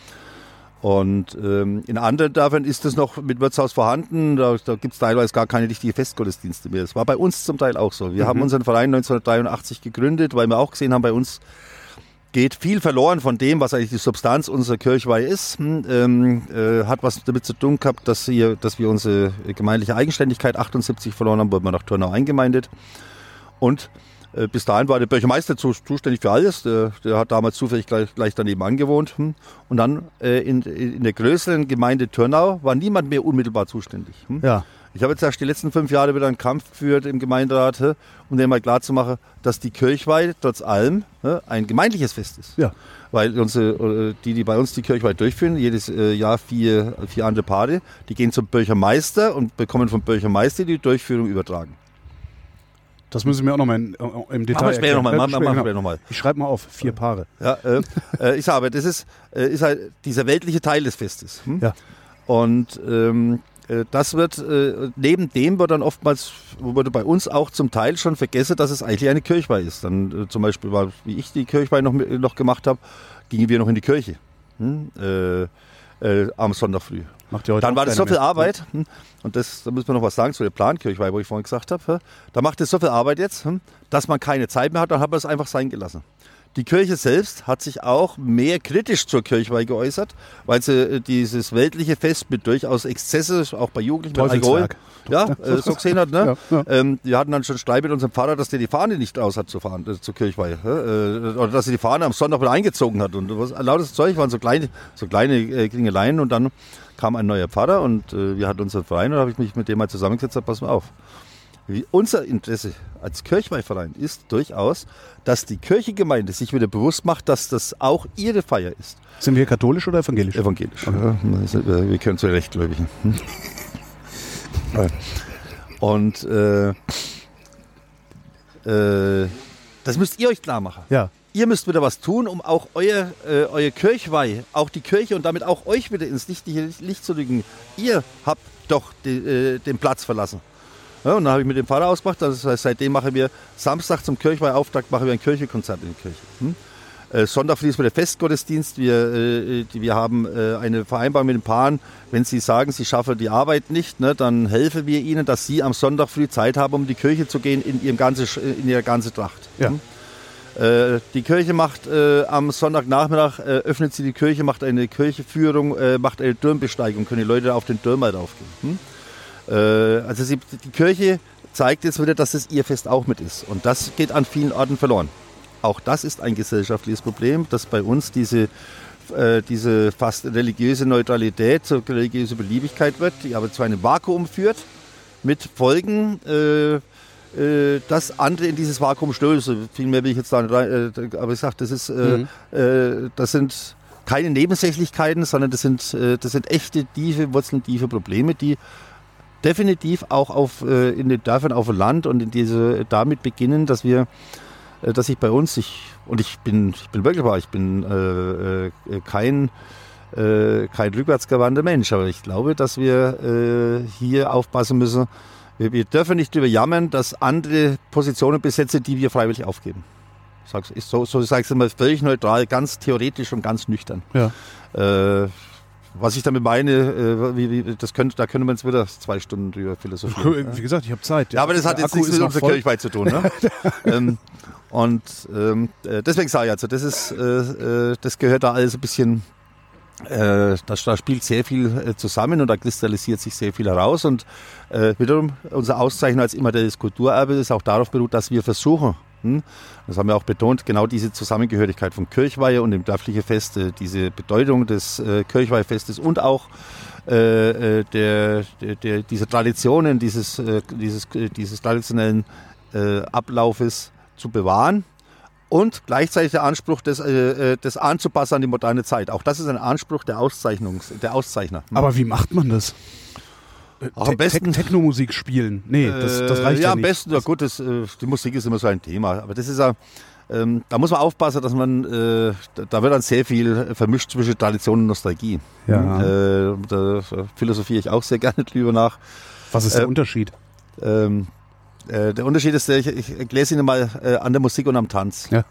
B: Und in anderen Dörfern ist das noch mit Wirtshaus vorhanden, da gibt es teilweise gar keine richtigen Festgottesdienste mehr. Das war bei uns zum Teil auch so. Wir haben unseren Verein 1983 gegründet, weil wir auch gesehen haben, bei uns geht viel verloren von dem, was eigentlich die Substanz unserer Kirchweih ist. Hat was damit zu tun gehabt, dass wir unsere gemeindliche Eigenständigkeit 78 verloren haben, wurden wir nach Turnau eingemeindet. Und Bis dahin war der Bürgermeister zuständig für alles. Der hat damals zufällig gleich daneben angewohnt. Und dann in der größeren Gemeinde Turnau war niemand mehr unmittelbar zuständig.
A: Ja.
B: Ich habe jetzt erst die letzten 5 Jahre wieder einen Kampf geführt im Gemeinderat, um denen mal klarzumachen, dass die Kirchweih trotz allem ein gemeindliches Fest ist.
A: Ja.
B: Weil die bei uns die Kirchweih durchführen, jedes Jahr 4 andere Paare, die gehen zum Bürgermeister und bekommen vom Bürgermeister die Durchführung übertragen.
A: Das müssen wir auch nochmal im Detail
B: erklären. Machen wir später nochmal.
A: Ich schreibe mal auf 4 Paare.
B: Ja, ich sage, das ist halt dieser weltliche Teil des Festes.
A: Ja.
B: Und das wird, neben dem wird dann oftmals, wurde bei uns auch zum Teil schon vergessen, dass es eigentlich eine Kirchweih ist. Dann zum Beispiel, wie ich die Kirchweih noch gemacht habe, gingen wir noch in die Kirche am Sonntag früh. Dann war das so viel Arbeit, und da müssen wir noch was sagen zu der Plankirchweih, wo ich vorhin gesagt habe, da macht es so viel Arbeit jetzt, dass man keine Zeit mehr hat, dann hat man es einfach sein gelassen. Die Kirche selbst hat sich auch mehr kritisch zur Kirchweih geäußert, weil sie dieses weltliche Fest mit durchaus Exzesse, auch bei Jugendlichen mit Alkohol, so gesehen hat. Ne? Ja. Wir hatten dann schon Streit mit unserem Pfarrer, dass der die Fahne nicht aus hat zur Kirchweih. Oder dass er die Fahne am Sonntag wieder eingezogen hat. Und lautes Zeug waren so kleine Klingeleien. Und dann kam ein neuer Pfarrer und wir hatten unseren Verein und da habe ich mich mit dem mal zusammengesetzt und pass mal auf. Unser Interesse als Kirchweihverein ist durchaus, dass die Kirchengemeinde sich wieder bewusst macht, dass das auch ihre Feier ist.
A: Sind wir katholisch oder evangelisch?
B: Evangelisch. Okay. Ja, wir können zu Rechtgläubigen. Und das müsst ihr euch klar machen.
A: Ja.
B: Ihr müsst wieder was tun, um auch euer Kirchweih, auch die Kirche und damit auch euch wieder ins Licht zu rücken. Ihr habt doch den Platz verlassen. Ja, und dann habe ich mit dem Pfarrer ausgemacht, das heißt, seitdem machen wir Samstag zum Kirchweihauftakt machen wir ein Kirchenkonzert in der Kirche. Sonntag fließt der Festgottesdienst. Wir haben eine Vereinbarung mit den Paaren, wenn sie sagen, sie schaffen die Arbeit nicht, ne, dann helfen wir ihnen, dass sie am Sonntag früh Zeit haben, um in die Kirche zu gehen in ihrer ganzen Tracht.
A: Ja.
B: Die Kirche macht am Sonntagnachmittag, öffnet sie die Kirche, macht eine Kirchenführung, macht eine Turmbesteigung, können die Leute auf den Turm mal raufgehen. Also die Kirche zeigt jetzt wieder, dass es ihr Fest auch mit ist. Und das geht an vielen Orten verloren. Auch das ist ein gesellschaftliches Problem, dass bei uns diese fast religiöse Neutralität zur religiösen Beliebigkeit wird, die aber zu einem Vakuum führt, mit Folgen, dass andere in dieses Vakuum stößen. Viel mehr will ich jetzt da nicht rein, aber ich sage, das sind keine Nebensächlichkeiten, sondern das sind echte, tiefe, wurzeltiefe Probleme, die definitiv auch in den Dörfern auf dem Land und damit beginnen, dass ich bei uns, ich bin wirklich wahr, ich bin kein rückwärtsgewandter Mensch, aber ich glaube, dass wir hier aufpassen müssen. Wir dürfen nicht darüber jammern, dass andere Positionen besetzen, die wir freiwillig aufgeben. So sage ich es immer völlig neutral, ganz theoretisch und ganz nüchtern.
A: Ja.
B: Was ich damit meine, da können wir jetzt wieder 2 Stunden drüber philosophieren.
A: Wie gesagt, ich habe Zeit.
B: Ja, aber das hat jetzt nichts mit unserer Kirchweih zu tun. Ne? Deswegen sage ich also, das gehört da alles ein bisschen, da spielt sehr viel zusammen und da kristallisiert sich sehr viel heraus. Und wiederum, unsere Auszeichnung als immaterielles Kulturerbe ist auch darauf beruht, dass wir versuchen, das haben wir auch betont, genau diese Zusammengehörigkeit von Kirchweihe und dem dörflichen Fest, diese Bedeutung des Kirchweihfestes und auch diese Traditionen, dieses traditionellen Ablaufes zu bewahren und gleichzeitig der Anspruch, das anzupassen an die moderne Zeit. Auch das ist ein Anspruch der Auszeichner.
A: Aber wie macht man das?
B: Am besten
A: Techno-Musik spielen. Nee, das reicht ja nicht.
B: Am besten, ja gut, die Musik ist immer so ein Thema. Aber das ist ja, da muss man aufpassen, dass man, da wird dann sehr viel vermischt zwischen Tradition und Nostalgie.
A: Ja.
B: Da philosophiere ich auch sehr gerne drüber nach.
A: Was ist der Unterschied?
B: Der Unterschied ist, ich erkläre es Ihnen mal an der Musik und am Tanz.
A: Ja.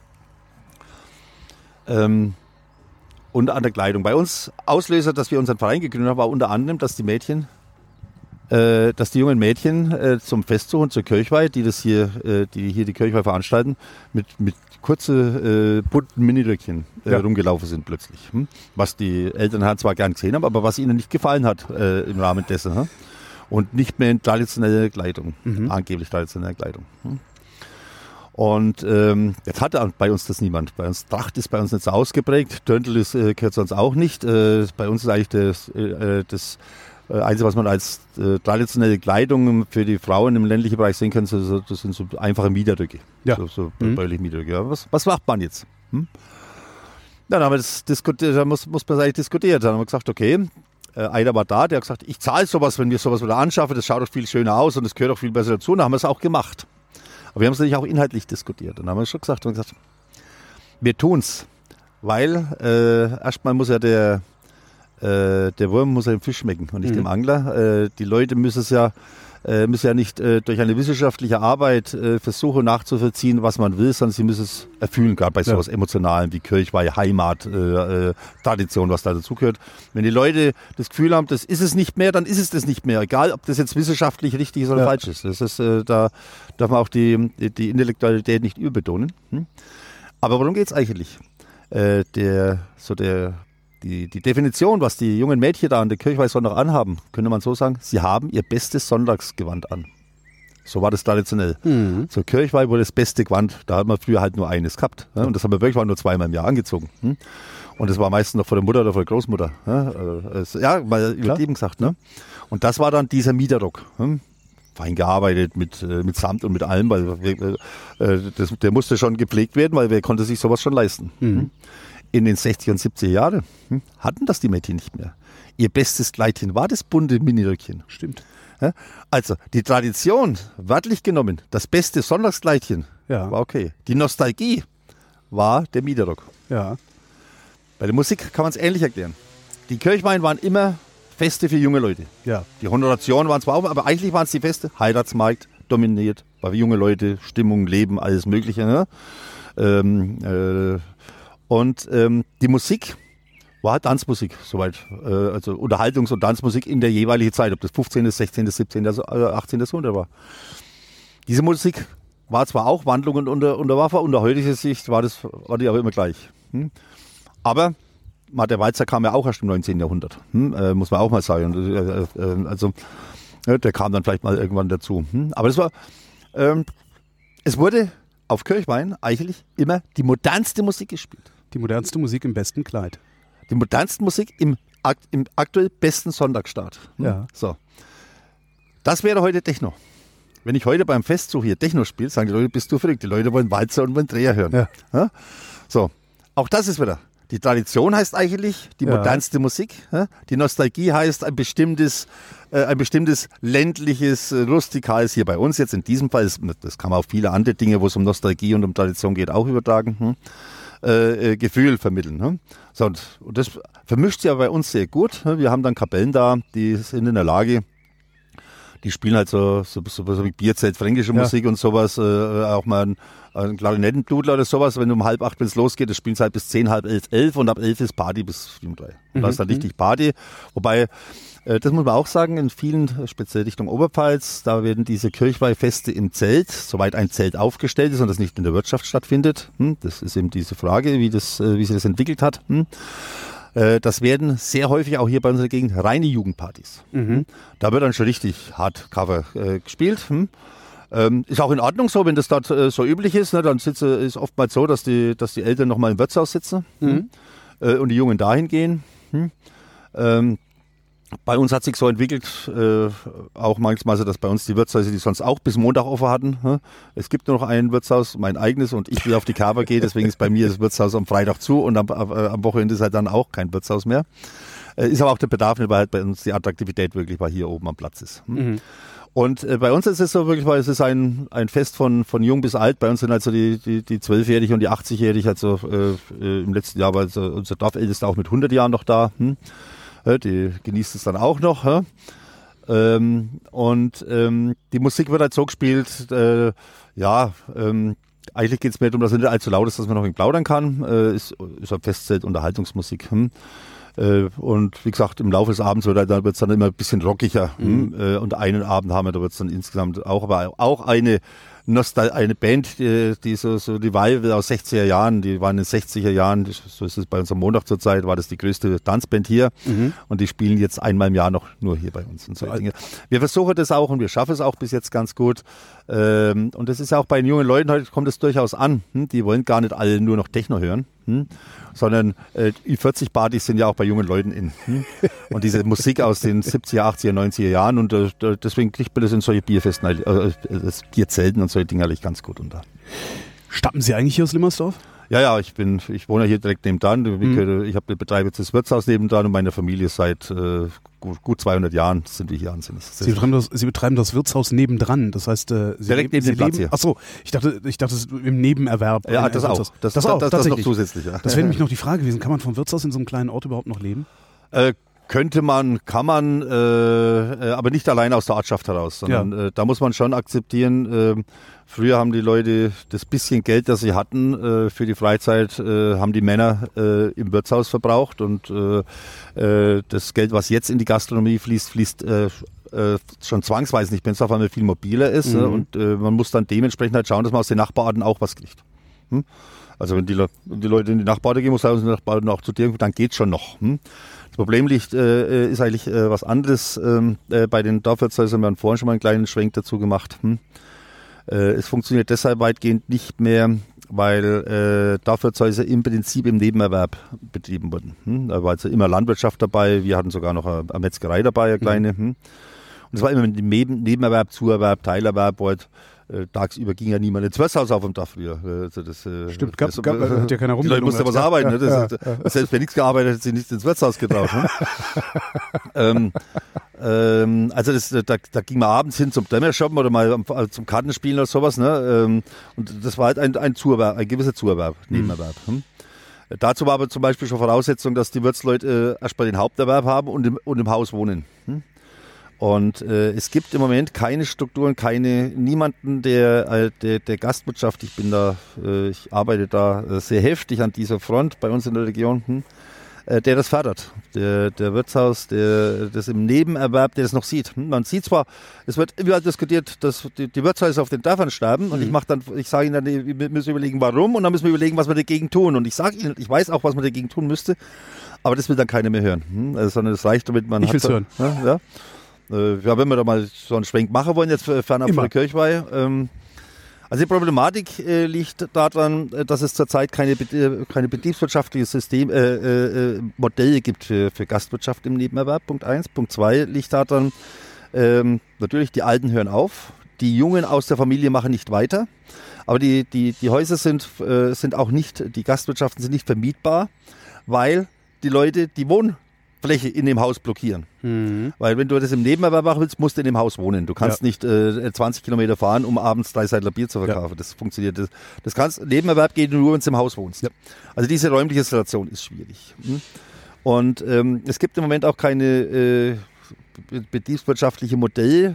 B: Und an der Kleidung. Bei uns Auslöser, dass wir unseren Verein gegründet haben, war unter anderem, dass die jungen Mädchen zum Festzug und zur Kirchweih, die hier die Kirchweih veranstalten, mit kurze bunten Miniröckchen rumgelaufen sind plötzlich. Was die Elternherren zwar gern gesehen haben, aber was ihnen nicht gefallen hat im Rahmen dessen. Und nicht mehr in traditionelle Kleidung, angeblich traditionelle Kleidung. Und jetzt hat bei uns das niemand. Bei uns Tracht ist bei uns nicht so ausgeprägt. Dirndl gehört zu uns auch nicht. Bei uns ist eigentlich das Einzige, was man als traditionelle Kleidung für die Frauen im ländlichen Bereich sehen kann, das sind so einfache Miederröcke.
A: Ja.
B: So bäuerliche Miederröcke. Ja, was macht man jetzt? Dann haben wir das diskutiert, da muss man eigentlich diskutiert. Dann haben wir gesagt, okay, einer war da, der hat gesagt, ich zahle sowas, wenn wir sowas wieder anschaffen, das schaut doch viel schöner aus und das gehört auch viel besser dazu. Und dann haben wir es auch gemacht. Aber wir haben es natürlich auch inhaltlich diskutiert. Und dann haben wir schon gesagt, wir tun es, weil erstmal muss ja der Wurm muss ja dem Fisch schmecken und nicht dem Angler. Die Leute müssen ja nicht durch eine wissenschaftliche Arbeit versuchen nachzuvollziehen, was man will, sondern sie müssen es erfühlen, gerade bei sowas Emotionalem wie Kirchweih, Heimat, Tradition, was da dazugehört. Wenn die Leute das Gefühl haben, das ist es nicht mehr, dann ist es das nicht mehr. Egal, ob das jetzt wissenschaftlich richtig ist oder falsch ist. Das ist da darf man auch die Intellektualität nicht überbetonen. Aber worum geht es eigentlich? Die Definition, was die jungen Mädchen da an der Kirchweihsonntag anhaben, könnte man so sagen, sie haben ihr bestes Sonntagsgewand an. So war das traditionell. Zur Kirchweih wurde das beste Gewand, da hat man früher halt nur eines gehabt. Ja, und das haben wir wirklich nur zweimal im Jahr angezogen. Und das war meistens noch vor der Mutter oder vor der Großmutter. Ja, mal übertrieben gesagt. Ne? Und das war dann dieser Miederrock. Fein gearbeitet mit Samt und mit allem, weil der musste schon gepflegt werden, weil wer konnte sich sowas schon leisten. In den 60er und 70er Jahren hatten das die Mädchen nicht mehr. Ihr bestes Kleidchen war das bunte Miniröckchen.
A: Stimmt.
B: Also die Tradition, wörtlich genommen, das beste Sonntagskleidchen war okay. Die Nostalgie war der Miederrock.
A: Ja.
B: Bei der Musik kann man es ähnlich erklären. Die Kirchweihen waren immer Feste für junge Leute.
A: Ja.
B: Die Honorationen waren zwar auch, aber eigentlich waren es die Feste. Heiratsmarkt dominiert, war für junge Leute, Stimmung, Leben, alles Mögliche. Ne? Und die Musik war halt Tanzmusik, soweit. Also Unterhaltungs- und Tanzmusik in der jeweiligen Zeit, ob das 15., 16., 17., also 18. Jahrhundert war. Diese Musik war zwar auch Wandlungen unter Waffe, unter heutiger Sicht war die aber immer gleich. Aber der Walzer kam ja auch erst im 19. Jahrhundert, muss man auch mal sagen. Also der kam dann vielleicht mal irgendwann dazu. Aber es wurde auf Kirchweih eigentlich immer die modernste Musik gespielt.
A: Die modernste Musik im besten Kleid.
B: Die modernste Musik im aktuell besten Sonntagsstart.
A: Ja.
B: So. Das wäre heute Techno. Wenn ich heute beim Festzug hier Techno spiele, sagen die Leute, bist du verrückt. Die Leute wollen Walzer und wollen Dreher hören. Ja. So. Auch das ist wieder. Die Tradition heißt eigentlich die modernste Musik. Die Nostalgie heißt ein bestimmtes ländliches, rustikales, hier bei uns jetzt in diesem Fall, das kann man auf viele andere Dinge, wo es um Nostalgie und um Tradition geht, auch übertragen, Gefühl vermitteln. Ne? So, und das vermischt sich ja bei uns sehr gut. Wir haben dann Kapellen da, die sind in der Lage, die spielen halt so wie Bierzelt, fränkische Musik und sowas, auch mal ein Klarinettendudler oder sowas, wenn um 7:30, wenn es losgeht, das spielen sie halt bis 10, 10:30, 11 und ab 11 ist Party bis 4, 3. Und da ist dann richtig Party. Wobei, das muss man auch sagen, in vielen, speziell Richtung Oberpfalz, da werden diese Kirchweihfeste im Zelt, soweit ein Zelt aufgestellt ist und das nicht in der Wirtschaft stattfindet. Das ist eben diese Frage, wie sich das entwickelt hat. Das werden sehr häufig auch hier bei uns in der Gegend reine Jugendpartys. Da wird dann schon richtig Hardcover gespielt. Ist auch in Ordnung so, wenn das dort so üblich ist. Ne? Dann ist oftmals so, dass die Eltern noch mal im Wirtshaus sitzen und die Jungen dahin gehen. Bei uns hat sich so entwickelt, auch manchmal so, dass bei uns die Wirtshäuser, die sonst auch bis Montag offen hatten. Es gibt nur noch ein Wirtshaus, mein eigenes, und ich will auf die Cover gehen, deswegen ist bei mir das Wirtshaus am Freitag zu und am Wochenende ist halt dann auch kein Wirtshaus mehr. Ist aber auch der Bedarf nicht, weil halt bei uns die Attraktivität wirklich bei hier oben am Platz ist. Und bei uns ist es so wirklich, weil es ist ein Fest von jung bis alt. Bei uns sind also die 12-Jährigen und die 80-Jährigen, also im letzten Jahr war also unser Dorfältester auch mit 100 Jahren noch da. Die genießt es dann auch noch. Und die Musik wird halt so gespielt, eigentlich geht es mehr darum, dass es nicht allzu laut ist, dass man noch plaudern kann. Ist ein Festzelt, Unterhaltungsmusik. Und wie gesagt, im Laufe des Abends wird es dann immer ein bisschen rockiger. Und einen Abend haben wir, da wird es dann insgesamt auch eine Band, die so Revival aus 60er Jahren, die waren in den 60er Jahren, so ist es bei uns am Montag zurzeit, war das die größte Tanzband hier. Und die spielen jetzt einmal im Jahr noch nur hier bei uns. Und so Dinge. Wir versuchen das auch und wir schaffen es auch bis jetzt ganz gut, Und das ist ja auch bei den jungen Leuten, heute kommt es durchaus an. Die wollen gar nicht alle nur noch Techno hören, sondern Ü40-Partys sind ja auch bei jungen Leuten in. Und diese Musik aus den 70er, 80er, 90er Jahren und deswegen kriegt man das in solche Bierfesten, das Bierzelten und solche Dinge eigentlich ganz gut unter.
A: Stammen Sie eigentlich hier aus Limmersdorf?
B: Ja, ich wohne hier direkt nebendran. Ich betreibe jetzt das Wirtshaus nebendran und meine Familie seit gut 200 Jahren sind wir hier ansässig.
A: Sie betreiben das Wirtshaus nebendran, das heißt,
B: direkt neben dem Platz hier.
A: Achso, ich dachte im Nebenerwerb.
B: Ja, das auch. Das noch zusätzlich. Ja.
A: Das wäre nämlich noch die Frage gewesen, kann man vom Wirtshaus in so einem kleinen Ort überhaupt noch leben?
B: Kann man, aber nicht allein aus der Ortschaft heraus, sondern da muss man schon akzeptieren, früher haben die Leute das bisschen Geld, das sie hatten für die Freizeit, haben die Männer im Wirtshaus verbraucht und das Geld, was jetzt in die Gastronomie fließt schon zwangsweise nicht, wenn es auf einmal viel mobiler ist und man muss dann dementsprechend halt schauen, dass man aus den Nachbarorten auch was kriegt. Also wenn die Leute in die Nachbarorte gehen, muss man aus den Nachbarorten auch zu dir, dann geht's schon noch. Das Problem ist eigentlich was anderes. Bei den Dorfwirtshäusern haben wir vorhin schon mal einen kleinen Schwenk dazu gemacht. Es funktioniert deshalb weitgehend nicht mehr, weil Dorfwirtshäuser im Prinzip im Nebenerwerb betrieben wurden. Da war also immer Landwirtschaft dabei, wir hatten sogar noch eine Metzgerei dabei, eine kleine. Und es war immer mit dem Nebenerwerb, Zuerwerb, Teilerwerb, wo halt tagsüber ging ja niemand ins Wirtshaus auf dem Dach früher. Also
A: Stimmt, hat ja keiner rumgegangen.
B: Die Leute mussten was arbeiten. Ne? Selbst wer nichts gearbeitet hat, sie nicht ins Wirtshaus getraut. Ne? Also da ging man abends hin zum Dämmershoppen oder mal zum Kartenspielen oder sowas. Ne? Und das war halt ein gewisser Zuerwerb, Nebenerwerb. Dazu war aber zum Beispiel schon Voraussetzung, dass die Wirtsleute erstmal den Haupterwerb haben und im Haus wohnen. Und es gibt im Moment keine Strukturen, niemanden, der Gastwirtschaft, ich arbeite da sehr heftig an dieser Front bei uns in der Region, der das fördert. Der Wirtshaus, der das im Nebenerwerb, der das noch sieht. Man sieht zwar, es wird überall diskutiert, dass die Wirtshäuser auf den Dörfern sterben und ich sage Ihnen dann, wir müssen überlegen, warum und dann müssen wir überlegen, was wir dagegen tun. Und ich sage Ihnen, ich weiß auch, was man dagegen tun müsste, aber das will dann keiner mehr hören. Sondern es reicht, damit man...
A: Ich will es hören.
B: Ja. Ja, wenn wir da mal so einen Schwenk machen wollen, jetzt fernab von der Kirchweih. Also die Problematik liegt daran, dass es zurzeit keine betriebswirtschaftliche Modelle gibt für Gastwirtschaft im Nebenerwerb, Punkt 1. Punkt 2 liegt daran, natürlich die Alten hören auf, die Jungen aus der Familie machen nicht weiter, aber die Häuser sind auch nicht, die Gastwirtschaften sind nicht vermietbar, weil die Leute die Wohnfläche in dem Haus blockieren. Weil wenn du das im Nebenerwerb machen willst, musst du in dem Haus wohnen. Du kannst nicht 20 Kilometer fahren, um abends 3 Seidler Bier zu verkaufen. Das funktioniert. Nebenerwerb geht nur, wenn du im Haus wohnst. Ja. Also diese räumliche Situation ist schwierig. Und es gibt im Moment auch keine betriebswirtschaftliche Modelle.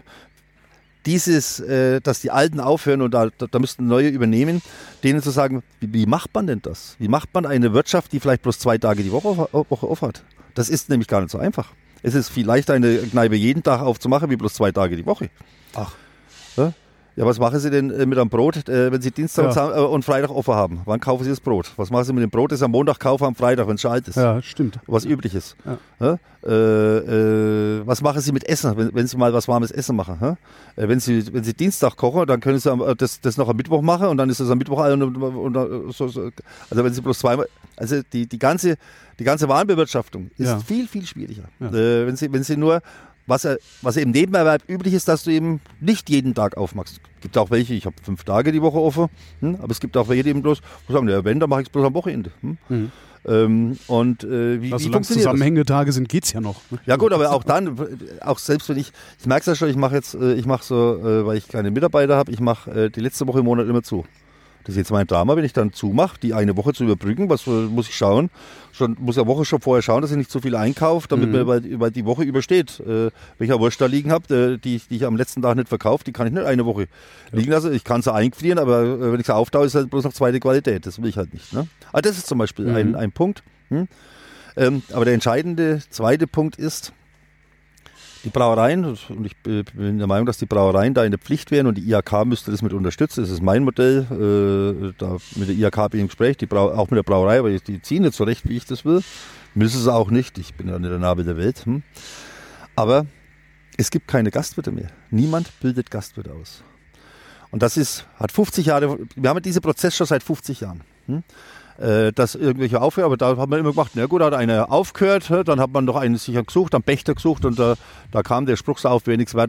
B: Dass die Alten aufhören und da müssten neue übernehmen, denen zu sagen, wie macht man denn das? Wie macht man eine Wirtschaft, die vielleicht bloß 2 Tage die Woche auf hat? Das ist nämlich gar nicht so einfach. Es ist viel leichter, eine Kneipe jeden Tag aufzumachen, wie bloß 2 Tage die Woche.
A: Ach.
B: Ja, was machen Sie denn mit einem Brot, wenn Sie Dienstag und Freitag offen haben? Wann kaufen Sie das Brot? Was machen Sie mit dem Brot, das Sie am Montag kaufen, am Freitag, wenn es schon alt ist?
A: Ja, stimmt.
B: Was üblich ist. Ja. Was machen Sie mit Essen, wenn Sie mal was warmes Essen machen? Wenn Sie Dienstag kochen, dann können Sie das noch am Mittwoch machen und dann ist es am Mittwoch alt. Also wenn Sie bloß zweimal... Also die ganze Warenbewirtschaftung ist viel, viel schwieriger. Ja. Wenn Sie nur... Was im Nebenerwerb üblich ist, dass du eben nicht jeden Tag aufmachst. Es gibt auch welche, ich habe 5 Tage die Woche offen, aber es gibt auch welche, die eben bloß sagen, ja, wenn, dann mache ich es bloß am Wochenende.
A: Wie solange es zusammenhängende Tage sind, geht's ja noch. Ne?
B: Ja gut, aber auch dann, auch selbst wenn ich merke es ja schon, ich mache so, weil ich keine Mitarbeiter habe, ich mache die letzte Woche im Monat immer zu. Das ist jetzt mein Drama, wenn ich dann zumache, die eine Woche zu überbrücken, was muss ich schauen? Muss eine Woche schon vorher schauen, dass ich nicht zu viel einkaufe, damit man über die Woche übersteht. Wenn ich eine Wurst da liegen habe, die ich am letzten Tag nicht verkaufe, die kann ich nicht eine Woche liegen lassen. Ich kann sie einfrieren, aber wenn ich sie auftaue, ist halt bloß noch zweite Qualität. Das will ich halt nicht. Ne? Aber das ist zum Beispiel ein Punkt. Aber der entscheidende zweite Punkt ist, die Brauereien, und ich bin der Meinung, dass die Brauereien da in der Pflicht wären und die IHK müsste das mit unterstützen. Das ist mein Modell. Da mit der IHK bin ich im Gespräch, auch mit der Brauerei, aber die ziehen nicht so recht, wie ich das will. Müssen sie auch nicht. Ich bin ja nicht der Nabel der Welt. Aber es gibt keine Gastwirte mehr. Niemand bildet Gastwirte aus. Und das hat 50 Jahre, wir haben diesen Prozess schon seit 50 Jahren. Dass irgendwelche aufhören, aber da hat man immer gemacht, na gut, da hat einer aufgehört, dann hat man noch einen sicher gesucht, einen Pächter gesucht und da kam der Spruch so auf, wer nichts wert.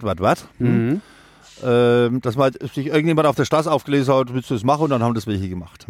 B: Dass man sich irgendjemand auf der Straße aufgelesen hat, willst du das machen, und dann haben das welche gemacht.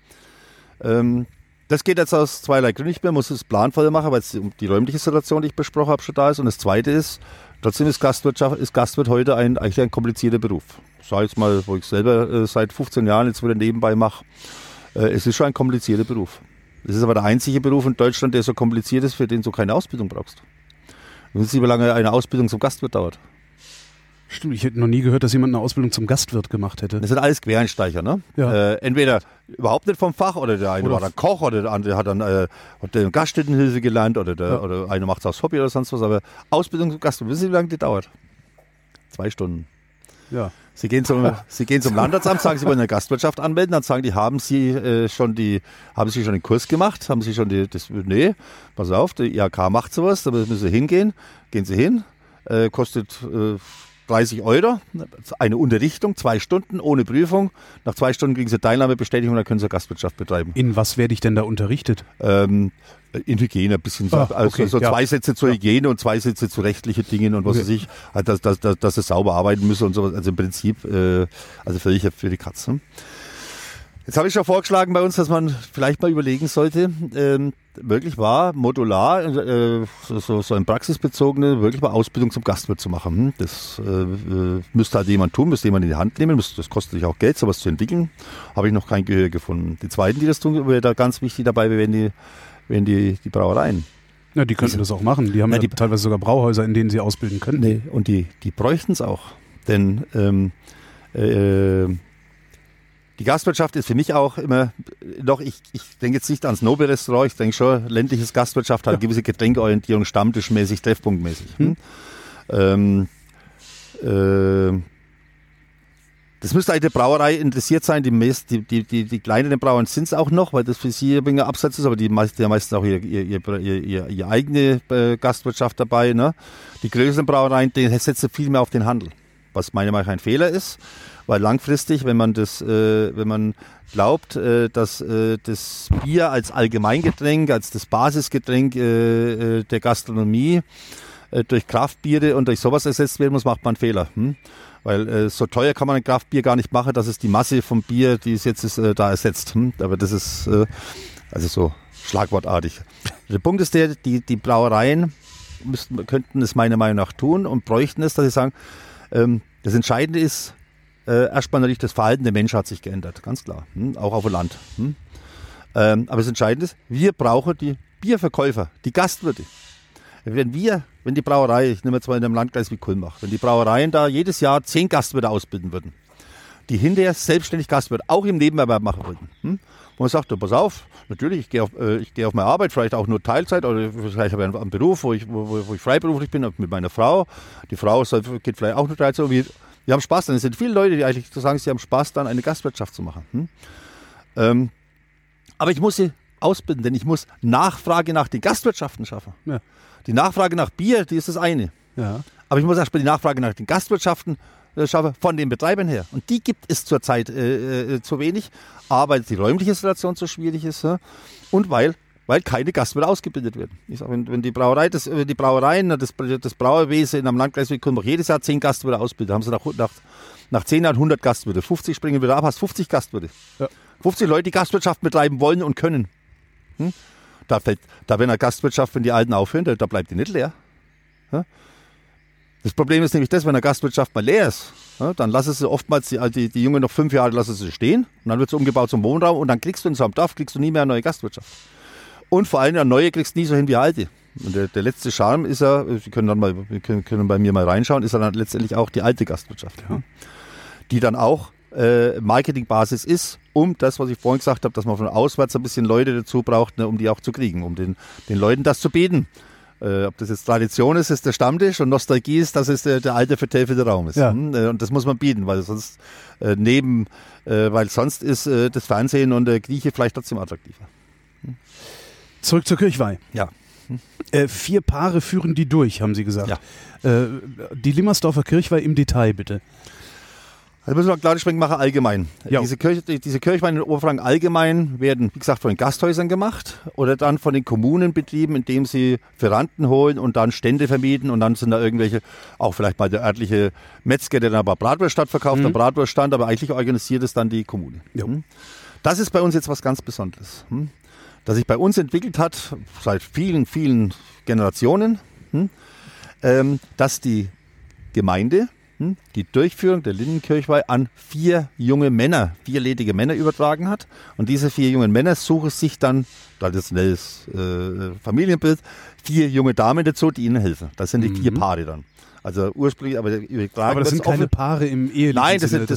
B: Das geht jetzt aus zweierlei Gründen nicht mehr, muss es planvoll machen, weil es die räumliche Situation, die ich besprochen habe, schon da ist. Und das Zweite ist, trotzdem ist Gastwirt heute eigentlich ein komplizierter Beruf. Sag jetzt mal, wo ich selber seit 15 Jahren jetzt wieder nebenbei mache. Es ist schon ein komplizierter Beruf. Es ist aber der einzige Beruf in Deutschland, der so kompliziert ist, für den du keine Ausbildung brauchst. Wissen Sie, wie lange eine Ausbildung zum Gastwirt dauert?
A: Stimmt, ich hätte noch nie gehört, dass jemand eine Ausbildung zum Gastwirt gemacht hätte.
B: Das sind alles Quereinsteiger, ne?
A: Ja.
B: Entweder überhaupt nicht vom Fach, oder der eine war dann Koch, oder der andere hat dann Gaststättenhilfe gelernt, oder einer macht es aus Hobby oder sonst was. Aber Ausbildung zum Gastwirt, wissen Sie, wie lange die dauert? 2 Stunden.
A: Ja.
B: Sie gehen zum Landratsamt, sagen, Sie wollen eine Gastwirtschaft anmelden, dann sagen die, haben Sie schon den Kurs gemacht? Haben Sie schon nee, pass auf, die IHK macht sowas, da müssen Sie hingehen. Gehen Sie hin, kostet 30 €, eine Unterrichtung, 2 Stunden ohne Prüfung. Nach 2 Stunden kriegen Sie Teilnahmebestätigung, dann können Sie Gastwirtschaft betreiben.
A: In was werde ich denn da unterrichtet?
B: In Hygiene ein bisschen.
A: Okay,
B: so 2 Sätze zur Hygiene und 2 Sätze zu rechtlichen Dingen und was weiß ich, dass sie sauber arbeiten müssen und sowas. Also im Prinzip, also völlig für die Katze. Jetzt habe ich schon vorgeschlagen bei uns, dass man vielleicht mal überlegen sollte, wirklich modular, so ein praxisbezogene, wirklich mal Ausbildung zum Gastwirt zu machen. Das müsste halt jemand tun, müsste jemand in die Hand nehmen, das kostet sich auch Geld, sowas zu entwickeln. Habe ich noch kein Gehör gefunden. Die Zweiten, die das tun, wäre da ganz wichtig dabei, wären die Brauereien.
A: Ja, die könnten das auch machen. Die haben teilweise sogar Brauhäuser, in denen sie ausbilden können.
B: Nee, und die bräuchten es auch. Denn die Gastwirtschaft ist für mich auch immer noch, ich denke jetzt nicht ans Nobel-Restaurant, ich denke schon, ländliches Gastwirtschaft hat gewisse Getränkeorientierung, stammtischmäßig, treffpunktmäßig. Das müsste eigentlich der Brauerei interessiert sein, die kleineren Brauern sind es auch noch, weil das für sie ein wenig Absatz ist, aber die haben meistens auch ihre eigene Gastwirtschaft dabei. Ne? Die größeren Brauereien, die setzen viel mehr auf den Handel, was meiner Meinung nach ein Fehler ist. Weil langfristig, wenn man glaubt, dass das Bier als Allgemeingetränk, als das Basisgetränk der Gastronomie durch Kraftbiere und durch sowas ersetzt werden muss, macht man einen Fehler. Weil so teuer kann man ein Kraftbier gar nicht machen, dass es die Masse vom Bier, die es jetzt ist, da ersetzt. Aber das ist also so schlagwortartig. Der Punkt ist der, die Brauereien könnten es meiner Meinung nach tun und bräuchten es, dass sie sagen, das Entscheidende ist, erstmal natürlich das Verhalten der Menschen hat sich geändert, ganz klar, auch auf dem Land. Aber das Entscheidende ist, wir brauchen die Bierverkäufer, die Gastwirte. Wenn die Brauerei, ich nehme jetzt mal in einem Landkreis wie Kulmbach, wenn die Brauereien da jedes Jahr 10 Gastwirte ausbilden würden, die hinterher selbstständig Gastwirte auch im Nebenerwerb machen würden. Wo man sagt, pass auf, natürlich, ich gehe auf meine Arbeit, vielleicht auch nur Teilzeit, oder vielleicht habe ich einen Beruf, wo ich freiberuflich bin, mit meiner Frau. Die Frau geht vielleicht auch nur Teilzeit. Wir haben Spaß, dann sind viele Leute, die eigentlich sagen, sie haben Spaß, dann eine Gastwirtschaft zu machen. Aber ich muss sie ausbilden, denn ich muss Nachfrage nach den Gastwirtschaften schaffen. Ja. Die Nachfrage nach Bier, die ist das eine. Ja. Aber ich muss erstmal die Nachfrage nach den Gastwirtschaften schaffen, von den Betreibern her. Und die gibt es zurzeit zu wenig, weil die räumliche Situation zu schwierig ist und weil keine Gastwirte ausgebildet werden. Ich sage, wenn die Brauereien, das Brauerwesen in einem Landkreis wie Kulmbach jedes Jahr 10 Gastwirte ausbilden, haben sie nach 10 Jahren 100 Gastwirte, 50 springen wieder ab, hast 50 Gastwirte. Ja. 50 Leute, die Gastwirtschaft betreiben wollen und können. Da wenn eine Gastwirtschaft, wenn die Alten aufhören, da bleibt die nicht leer. Das Problem ist nämlich das, wenn eine Gastwirtschaft mal leer ist, dann lassen sie oftmals die Jungen noch 5 Jahre lassen sie stehen und dann wird sie umgebaut zum Wohnraum und dann kriegst du in so einem Dorf nie mehr eine neue Gastwirtschaft. Und vor allem eine neue kriegst du nie so hin wie eine alte. Und der letzte Charme ist ja, Sie können bei mir mal reinschauen, ist dann letztendlich auch die alte Gastwirtschaft. Ja. Die dann auch Marketingbasis ist, um das, was ich vorhin gesagt habe, dass man von auswärts ein bisschen Leute dazu braucht, um die auch zu kriegen, um den Leuten das zu bieten. Ob das jetzt Tradition ist der Stammtisch und Nostalgie ist, dass es der alte vertäfelte Raum ist. Ja. Und das muss man bieten, weil sonst ist das Fernsehen und der Grieche vielleicht trotzdem attraktiver.
A: Zurück zur Kirchweih.
B: Ja.
A: 4 Paare führen die durch, haben Sie gesagt. Ja. Die Limmersdorfer Kirchweih im Detail, bitte.
B: Also müssen wir einen klaren Schwenk machen allgemein.
A: Ja.
B: Diese Kirchweine in Oberfranken allgemein werden, wie gesagt, von den Gasthäusern gemacht oder dann von den Kommunen betrieben, indem sie Lieferanten holen und dann Stände vermieten und dann sind da irgendwelche, auch vielleicht mal der örtliche Metzger, der dann ein paar Bratwurst verkauft, ein Bratwurststand, aber eigentlich organisiert es dann die Kommune.
A: Ja.
B: Das ist bei uns jetzt was ganz Besonderes, das sich bei uns entwickelt hat, seit vielen, vielen Generationen, dass die Gemeinde die Durchführung der Lindenkirchweih an 4 ledige Männer übertragen hat. Und diese 4 jungen Männer suchen sich dann, traditionelles Familienbild, 4 junge Damen dazu, die ihnen helfen. Das sind die 4 Paare dann. Also ursprünglich, aber übertragen.
A: Aber das sind keine Paare im ehelichen
B: Nein, das
A: Sinne.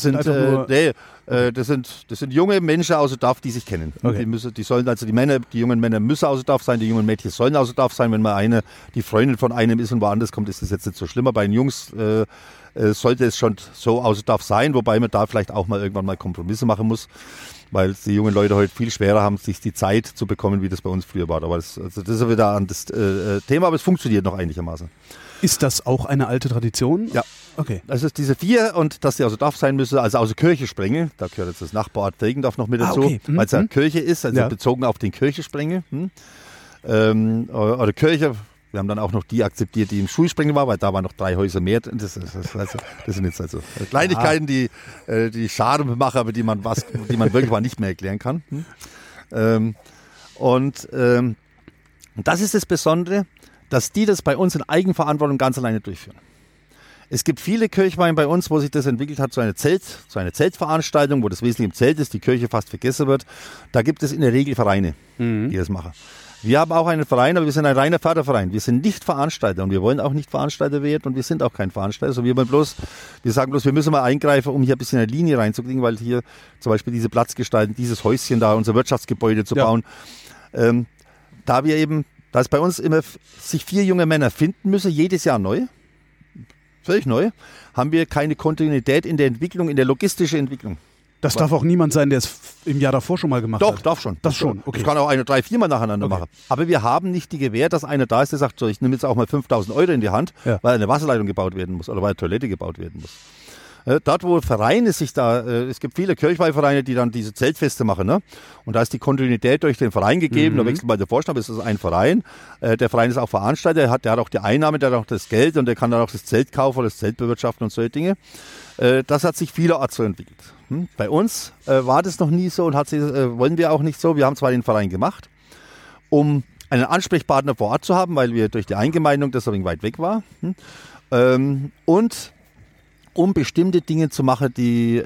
B: sind junge Menschen außer Dorf, die sich kennen.
A: Okay.
B: Die jungen Männer müssen außer Dorf sein, die jungen Mädchen sollen außer Dorf sein. Wenn mal die Freundin von einem ist und woanders kommt, ist das jetzt nicht so schlimm. Bei den Jungs sollte es schon so außer Dorf sein, wobei man da vielleicht auch mal irgendwann mal Kompromisse machen muss, weil die jungen Leute heute viel schwerer haben, sich die Zeit zu bekommen, wie das bei uns früher war. Aber das ist wieder ein anderes Thema, aber es funktioniert noch einigermaßen.
A: Ist das auch eine alte Tradition?
B: Ja.
A: Okay.
B: Das ist diese 4 und dass die außer Dorf sein müssen, also außer Kirche Sprenge, da gehört jetzt das Nachbarort Felgendorf noch mit dazu,
A: okay.
B: weil es ja Kirche ist, also bezogen auf den Kirchensprenge. Oder Kirche, wir haben dann auch noch die akzeptiert, die im Schulsprengen war, weil da waren noch 3 Häuser mehr. Das sind jetzt also Kleinigkeiten, die Charme machen, aber die man wirklich mal nicht mehr erklären kann. Und das ist das Besondere, dass die das bei uns in Eigenverantwortung ganz alleine durchführen. Es gibt viele Kirchweihen bei uns, wo sich das entwickelt hat zu einer Zeltveranstaltung, wo das wesentlich im Zelt ist, die Kirche fast vergessen wird. Da gibt es in der Regel Vereine, die das machen. Wir haben auch einen Verein, aber wir sind ein reiner Förderverein. Wir sind nicht Veranstalter und wir wollen auch nicht Veranstalter werden und wir sind auch kein Veranstalter. Also wir sagen bloß, wir müssen mal eingreifen, um hier ein bisschen eine Linie reinzukriegen, weil hier zum Beispiel diese Platzgestalten, dieses Häuschen da, unser Wirtschaftsgebäude zu bauen, da es bei uns immer sich 4 junge Männer finden müssen, jedes Jahr neu, völlig neu, haben wir keine Kontinuität in der Entwicklung, in der logistischen Entwicklung.
A: Das darf auch niemand sein, der es im Jahr davor schon mal gemacht hat?
B: Doch, darf schon.
A: Das schon, okay.
B: Das kann auch 3, 4 Mal nacheinander machen. Aber wir haben nicht die Gewähr, dass einer da ist, der sagt, so, ich nehme jetzt auch mal 5.000 € in die Hand, weil eine Wasserleitung gebaut werden muss oder weil eine Toilette gebaut werden muss. Dort, wo Vereine es gibt viele Kirchweihvereine, die dann diese Zeltfeste machen, ne? Und da ist die Kontinuität durch den Verein gegeben, da wechselt mal der Vorstand, es ist ein Verein, der Verein ist auch Veranstalter, der hat auch die Einnahme, der hat auch das Geld und der kann dann auch das Zelt kaufen oder das Zelt bewirtschaften und solche Dinge. Das hat sich vielerorts so entwickelt. Bei uns war das noch nie so und wollen wir auch nicht so. Wir haben zwar den Verein gemacht, um einen Ansprechpartner vor Ort zu haben, weil wir durch die Eingemeindung das ein wenig weit weg war, und um bestimmte Dinge zu machen, die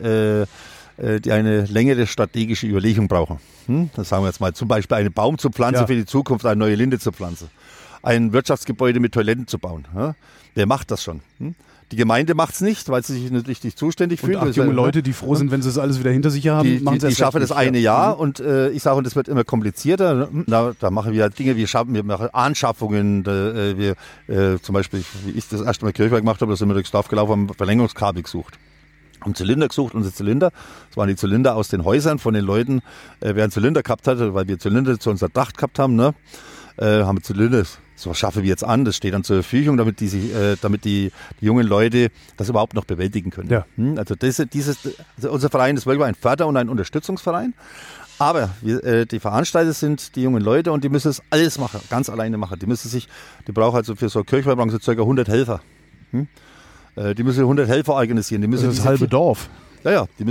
B: eine längere strategische Überlegung brauchen. Das sagen wir jetzt mal, zum Beispiel einen Baum zu pflanzen für die Zukunft, eine neue Linde zu pflanzen, ein Wirtschaftsgebäude mit Toiletten zu bauen. Wer macht das schon? Die Gemeinde macht es nicht, weil sie sich nicht richtig zuständig fühlt.
A: Und junge Leute, die froh sind, wenn sie es alles wieder hinter sich haben, machen sie es.
B: Die schaffen das eine Jahr und ich sage, und das wird immer komplizierter. Da machen wir Dinge, wir machen Anschaffungen. Zum Beispiel, wie ich das erste Mal Kirchweih gemacht habe, da sind wir durchs Dorf gelaufen, haben Verlängerungskabel gesucht. Haben Zylinder gesucht, unsere Zylinder. Das waren die Zylinder aus den Häusern von den Leuten, wer einen Zylinder gehabt hatte, weil wir Zylinder zu unserer Tracht gehabt haben, ne? Haben wir Zylinder. So schaffen wir jetzt an, das steht dann zur Verfügung, damit die jungen Leute das überhaupt noch bewältigen können. Ja. Also unser Verein ist wirklich ein Förder- und ein Unterstützungsverein. Aber die Veranstalter sind die jungen Leute und die müssen es alles machen, ganz alleine machen. Die brauchen also für so Kirchweih brauchen sie ca. 100 Helfer. Die müssen 100 Helfer organisieren. Das
A: ist das halbe Dorf.
B: Ja, die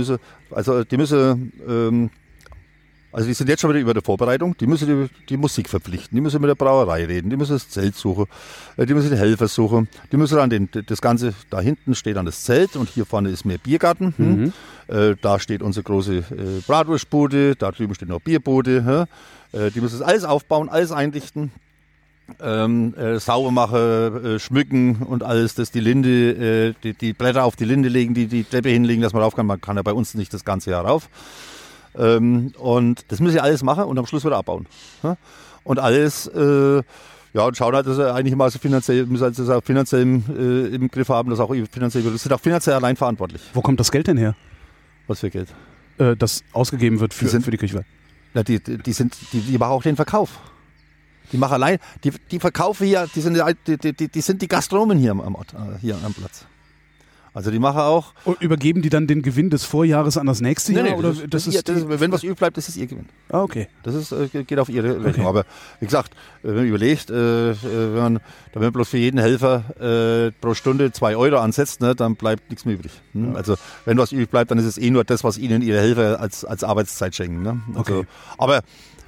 B: sind jetzt schon wieder über der Vorbereitung, die müssen die Musik verpflichten, die müssen mit der Brauerei reden, die müssen das Zelt suchen, die müssen die Helfer suchen, die müssen dann das Ganze, da hinten steht dann das Zelt und hier vorne ist mehr Biergarten, da steht unsere große Bratwurstbude, da drüben steht noch Bierbude, die müssen das alles aufbauen, alles einrichten, sauber machen, schmücken und alles, dass die Linde, die Bretter auf die Linde legen, die Treppe hinlegen, dass man rauf kann, man kann ja bei uns nicht das ganze Jahr rauf. Und das müssen sie alles machen und am Schluss wieder abbauen. Und alles, und schauen halt, dass sie einigermaßen finanziell im Griff haben, dass auch finanziell, das sind auch finanziell allein verantwortlich.
A: Wo kommt das Geld denn her?
B: Was für Geld?
A: Das ausgegeben wird für die Kirchweih.
B: Ja, die machen auch den Verkauf. Die machen allein, die verkaufen hier, die sind die Gastronomen hier am Ort, hier am Platz. Also die machen auch...
A: Und übergeben die dann den Gewinn des Vorjahres an das nächste Jahr?
B: Nee,
A: oder
B: wenn was übrig bleibt, das ist ihr Gewinn.
A: Ah, okay.
B: Das ist, geht auf ihre Rechnung.
A: Okay.
B: Aber wie gesagt, wenn man überlegt, wenn man bloß für jeden Helfer pro Stunde 2 Euro ansetzt, ne, dann bleibt nichts mehr übrig. Ja. Also wenn was übrig bleibt, dann ist es nur das, was ihnen ihre Helfer als Arbeitszeit schenken. Ne? Also,
A: Okay.
B: Aber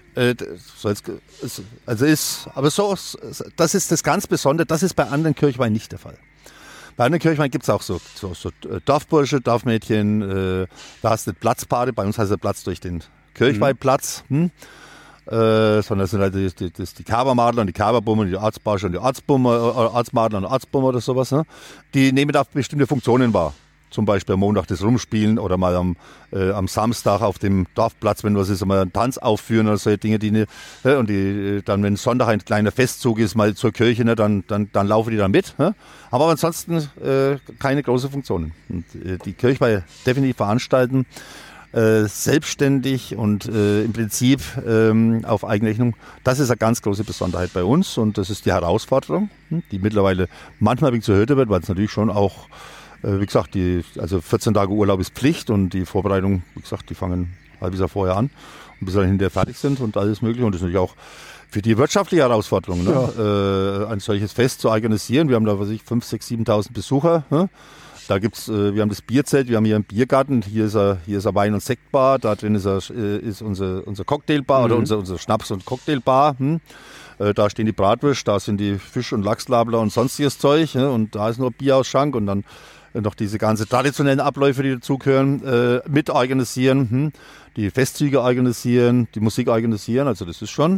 B: das ist das ganz Besondere, das ist bei anderen Kirchweihen nicht der Fall. Bei anderen Kirchweihen gibt es auch so Dorfbursche, Dorfmädchen, da hast du eine Platzpate, bei uns heißt der Platz durch den Kirchweihplatz, sondern das sind halt die Kabermadler und die Kaberbummer, die Arztbarsche und die Arztmadler und Arztbummer oder sowas, ne? Die nehmen da bestimmte Funktionen wahr. Zum Beispiel am Montag das Rumspielen oder mal am Samstag auf dem Dorfplatz, wenn was ist, mal einen Tanz aufführen oder solche Dinge, dann, wenn Sonntag ein kleiner Festzug ist, mal zur Kirche, ne, dann laufen die da mit. Ne? Aber ansonsten keine große Funktionen. Und, die Kirchweihe definitiv veranstalten, selbstständig und im Prinzip auf Eigenrechnung. Das ist eine ganz große Besonderheit bei uns und das ist die Herausforderung, die mittlerweile manchmal ein wenig zu höher wird, weil es natürlich schon auch wie gesagt, 14 Tage Urlaub ist Pflicht und die Vorbereitung, wie gesagt, die fangen ein halbes Jahr vorher an und bis dann hinterher fertig sind und alles mögliche. Und das ist natürlich auch für die wirtschaftliche Herausforderung, ne? Ein solches Fest zu organisieren. Wir haben da, 5.000, 6.000, 7.000 Besucher. Ne? Da wir haben das Bierzelt, wir haben hier einen Biergarten, hier ist eine Wein- und Sektbar, da drin ist unser Cocktailbar oder unser Schnaps- und Cocktailbar. Da stehen die Bratwürste, da sind die Fisch- und Lachslabler und sonstiges Zeug, ne? Und da ist nur Bierausschank und dann noch diese ganzen traditionellen Abläufe, die dazugehören, mit organisieren, die Festzüge organisieren, die Musik organisieren, also das ist schon...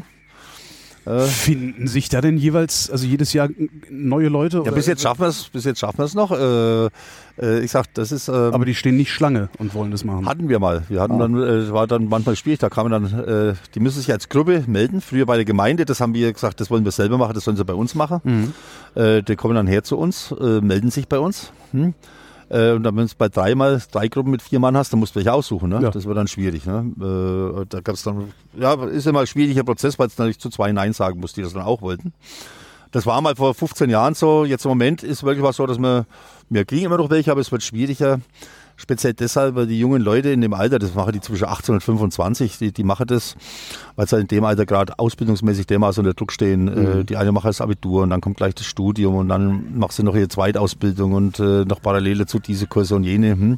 A: Finden sich da denn jeweils, also jedes Jahr neue Leute?
B: Ja, bis jetzt schaffen wir es noch. Ich sag, das ist...
A: aber die stehen nicht Schlange und wollen das machen?
B: Hatten wir mal. Wir hatten dann, war dann manchmal schwierig, da kamen dann, die müssen sich als Gruppe melden, früher bei der Gemeinde, das haben wir gesagt, das wollen wir selber machen, das sollen sie bei uns machen. Die kommen dann her zu uns, melden sich bei uns. Und dann, wenn du bei 3 Gruppen mit 4 Mann hast, dann musst du welche aussuchen. Ne? Ja. Das wird dann schwierig. Ne? Da gab es dann, ist immer ein schwieriger Prozess, weil es natürlich zu 2 Nein sagen muss, die das dann auch wollten. Das war mal vor 15 Jahren so. Jetzt im Moment ist wirklich was so, dass wir kriegen immer noch welche, aber es wird schwieriger. Speziell deshalb, weil die jungen Leute in dem Alter, das machen die zwischen 18 und 25, die machen das, weil sie in dem Alter gerade ausbildungsmäßig dermaßen unter Druck stehen. Die eine macht das Abitur und dann kommt gleich das Studium und dann macht sie noch ihre Zweitausbildung und noch parallel dazu diese Kurse und jene.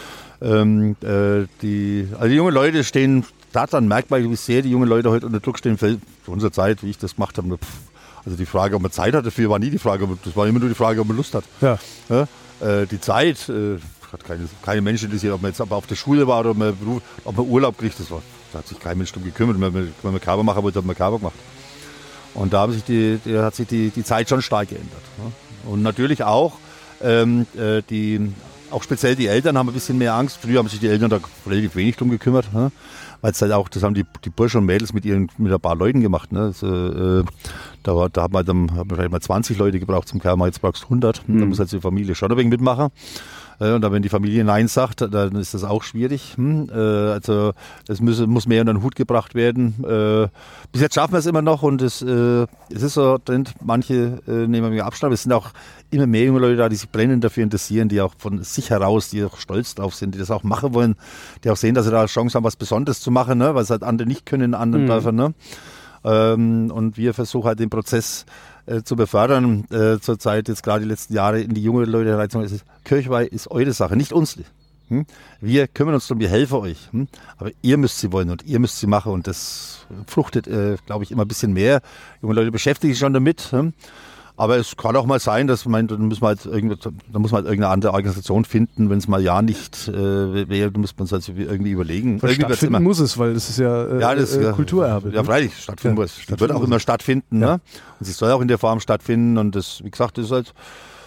B: Die jungen Leute stehen, daran merkt man, wie sehr die jungen Leute heute unter Druck stehen. Für unsere Zeit, wie ich das gemacht habe, also die Frage, ob man Zeit hat dafür, war nie die Frage, das war immer nur die Frage, ob man Lust hat. Ja. Die Zeit... hat keine Menschen interessiert, ob man jetzt aber auf der Schule war oder ob man Urlaub kriegt. Da hat sich kein Mensch drum gekümmert. Wenn man Cover machen wollte, hat man Cover gemacht. Und da hat sich die Zeit schon stark geändert. Und natürlich auch, auch speziell die Eltern haben ein bisschen mehr Angst. Früher haben sich die Eltern da relativ wenig drum gekümmert. Weil es halt auch, das haben die Burschen und Mädels mit ein paar Leuten gemacht. Ne? Da haben wir vielleicht mal 20 Leute gebraucht zum Cover, jetzt brauchst du 100. Da muss halt die Familie schon ein wenig mitmachen. Und dann, wenn die Familie Nein sagt, dann ist das auch schwierig. Also das muss mehr unter den Hut gebracht werden. Bis jetzt schaffen wir es immer noch und es ist so, manche nehmen mir Abstand. Es sind auch immer mehr junge Leute da, die sich brennend dafür interessieren, die auch von sich heraus, die auch stolz drauf sind, die das auch machen wollen, die auch sehen, dass sie da eine Chance haben, was Besonderes zu machen, ne? Weil es halt andere nicht können in anderen Dörfern. Ne? Und wir versuchen halt den Prozess zu befördern, zurzeit jetzt gerade die letzten Jahre in die junge Leute reinzuholen. Kirchweih ist eure Sache, nicht unsere. Wir kümmern uns darum, wir helfen euch. Aber ihr müsst sie wollen und ihr müsst sie machen und das fruchtet, glaube ich, immer ein bisschen mehr. Junge Leute beschäftigen sich schon damit. Aber es kann auch mal sein, dass da muss man halt irgendeine andere Organisation finden, wenn es mal ja nicht wäre, muss man es halt irgendwie überlegen.
A: Stattfinden muss es, weil das ist ja, das ist Kulturerbe.
B: Ja, freilich, stattfinden muss. Das wird auch immer stattfinden. Ja. Ne? Und es soll auch in der Form stattfinden. Und das, wie gesagt, das ist halt,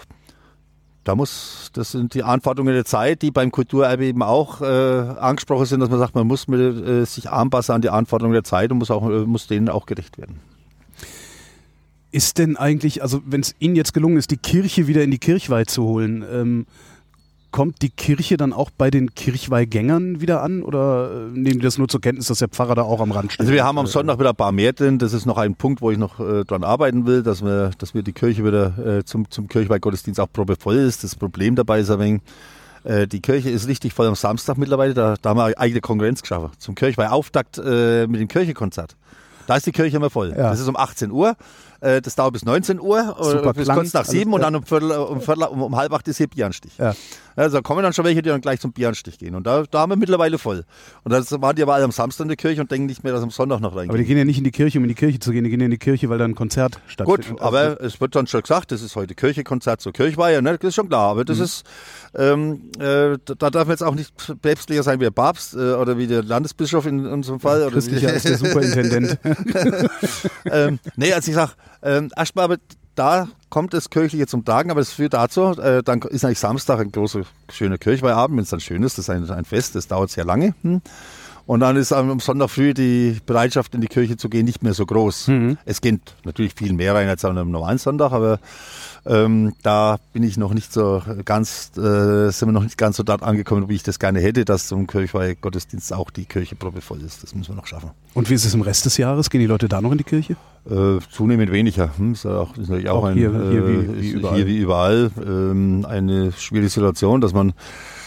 B: das sind die Anforderungen der Zeit, die beim Kulturerbe eben auch angesprochen sind, dass man sagt, man muss sich anpassen an die Anforderungen der Zeit und muss denen auch gerecht werden.
A: Ist denn eigentlich, also wenn es Ihnen jetzt gelungen ist, die Kirche wieder in die Kirchweih zu holen, kommt die Kirche dann auch bei den Kirchweihgängern wieder an oder nehmen die das nur zur Kenntnis, dass der Pfarrer da auch am Rand steht?
B: Also wir haben am Sonntag wieder ein paar mehr drin. Das ist noch ein Punkt, wo ich noch dran arbeiten will, dass wir die Kirche wieder zum Kirchweihgottesdienst auch proppevoll ist. Das Problem dabei ist ein wenig, die Kirche ist richtig voll am Samstag mittlerweile. Da haben wir eine eigene Konkurrenz geschaffen. Zum Kirchweihauftakt mit dem Kirchenkonzert. Da ist die Kirche immer voll. Ja. Das ist um 18 Uhr. Das dauert bis 19 Uhr, oder bis kurz nach 7 und dann um halb 8 ist hier Bieranstich. Ja. Also da kommen dann schon welche, die dann gleich zum Bieranstich gehen. Und da haben wir mittlerweile voll. Und da waren die aber alle am Samstag in der Kirche und denken nicht mehr, dass am Sonntag noch reingehen.
A: Aber die gehen ja nicht in die Kirche, um in die Kirche zu gehen. Die gehen ja in die Kirche, weil da ein Konzert stattfindet.
B: Gut, aber es wird dann schon gesagt, das ist heute Kirchekonzert zur Kirchweihe, ne? Das ist schon klar. Aber das ist, da darf man jetzt auch nicht päpstlicher sein wie der Papst oder wie der Landesbischof in unserem Fall. Oder
A: christlicher als der Superintendent.
B: Nee, als ich sage, erstmal, aber da kommt das Kirchliche zum Tragen, aber es führt dazu, dann ist eigentlich Samstag ein großer, schöner Kirchweihabend, wenn es dann schön ist, das ist ein Fest, das dauert sehr lange. Und dann ist am Sonntag früh die Bereitschaft, in die Kirche zu gehen, nicht mehr so groß. Es geht natürlich viel mehr rein als an einem normalen Sonntag, aber da bin ich noch nicht so ganz, sind wir noch nicht ganz so dort angekommen, wie ich das gerne hätte, dass zum Kirchweihgottesdienst auch die Kirche proppevoll ist. Das müssen wir noch schaffen.
A: Und wie ist es im Rest des Jahres? Gehen die Leute da noch in die Kirche?
B: Zunehmend weniger. Ist natürlich auch
A: hier wie überall.
B: Eine schwierige Situation, dass man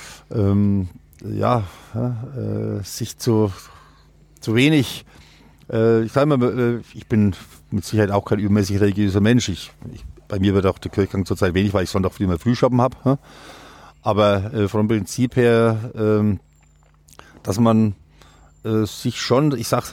B: sich zu wenig, ich sage mal, ich bin mit Sicherheit auch kein übermäßig religiöser Mensch. Bei mir wird auch der Kirchgang zurzeit wenig, weil ich Sonntag früh immer Frühschoppen habe. Aber vom Prinzip her, dass man sich schon, ich sag,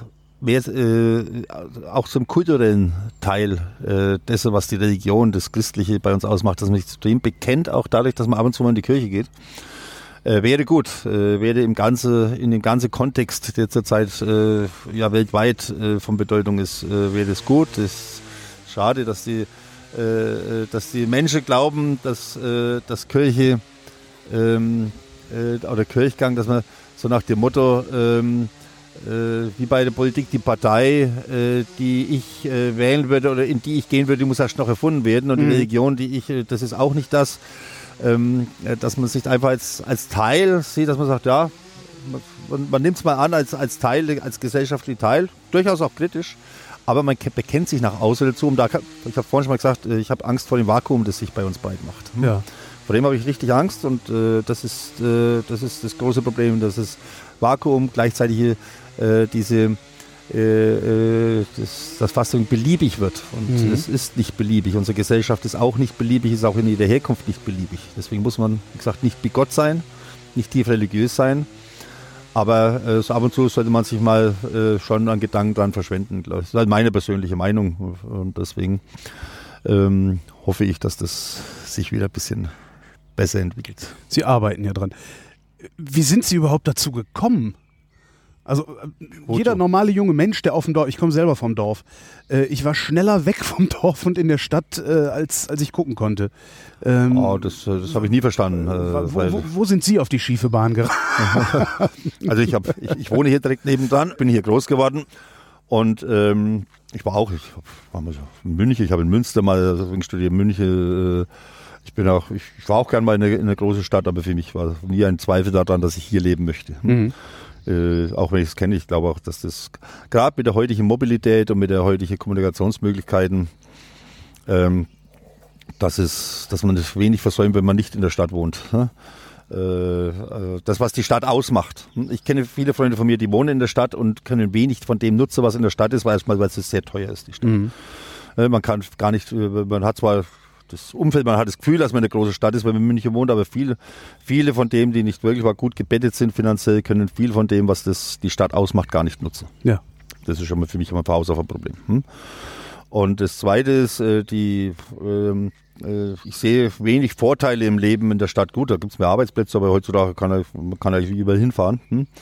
B: auch zum kulturellen Teil dessen, was die Religion, das Christliche bei uns ausmacht, dass man sich zu dem bekennt, auch dadurch, dass man ab und zu mal in die Kirche geht. Wäre gut, wäre in dem ganzen Kontext, der zurzeit weltweit von Bedeutung ist, wäre es gut. Es ist schade, dass die Menschen glauben, dass Kirche oder Kirchgang, dass man so nach dem Motto, wie bei der Politik, die Partei, die ich wählen würde oder in die ich gehen würde, die muss erst noch erfunden werden. Und die Religion, das ist auch nicht das, dass man sich einfach als Teil sieht, dass man sagt, ja, man nimmt es mal an als Teil, als gesellschaftlichen Teil, durchaus auch kritisch, aber man bekennt sich nach außen dazu. Und ich habe vorhin schon mal gesagt, ich habe Angst vor dem Vakuum, das sich bei uns breit macht.
A: Ja.
B: Vor dem habe ich richtig Angst und das ist das große Problem, dass das Vakuum gleichzeitig das Fassung beliebig wird. Und es ist nicht beliebig. Unsere Gesellschaft ist auch nicht beliebig, ist auch in ihrer Herkunft nicht beliebig. Deswegen muss man, wie gesagt, nicht bigott sein, nicht tief religiös sein. Aber so ab und zu sollte man sich mal schon an Gedanken dran verschwenden. Das ist halt meine persönliche Meinung. Und deswegen hoffe ich, dass das sich wieder ein bisschen besser entwickelt.
A: Sie arbeiten ja dran. Wie sind Sie überhaupt dazu gekommen? Also jeder normale junge Mensch, der auf dem Dorf, ich komme selber vom Dorf, ich war schneller weg vom Dorf und in der Stadt, als ich gucken konnte.
B: Das habe ich nie verstanden.
A: Wo sind Sie auf die schiefe Bahn geraten?
B: Also ich wohne hier direkt nebendran, bin hier groß geworden und ich war mal in München, ich habe in Münster mal studiert, München. Ich war auch gern mal in eine große Stadt, aber für mich war nie ein Zweifel daran, dass ich hier leben möchte. Auch wenn ich es kenne, ich glaube auch, dass das gerade mit der heutigen Mobilität und mit der heutigen Kommunikationsmöglichkeiten, dass man das wenig versäumt, wenn man nicht in der Stadt wohnt. Das, was die Stadt ausmacht. Ich kenne viele Freunde von mir, die wohnen in der Stadt und können wenig von dem nutzen, was in der Stadt ist, weil es sehr teuer ist, die Stadt. Man kann gar nicht, man hat zwar das Umfeld, man hat das Gefühl, dass man eine große Stadt ist, wenn man in München wohnt, aber viele von dem, die nicht wirklich mal gut gebettet sind finanziell, können viel von dem, was die Stadt ausmacht, gar nicht nutzen. Ja. Das ist schon mal für mich immer ein Haus auf ein Problem. Und das Zweite ist, ich sehe wenig Vorteile im Leben in der Stadt. Gut, da gibt es mehr Arbeitsplätze, aber heutzutage kann ich überall hinfahren.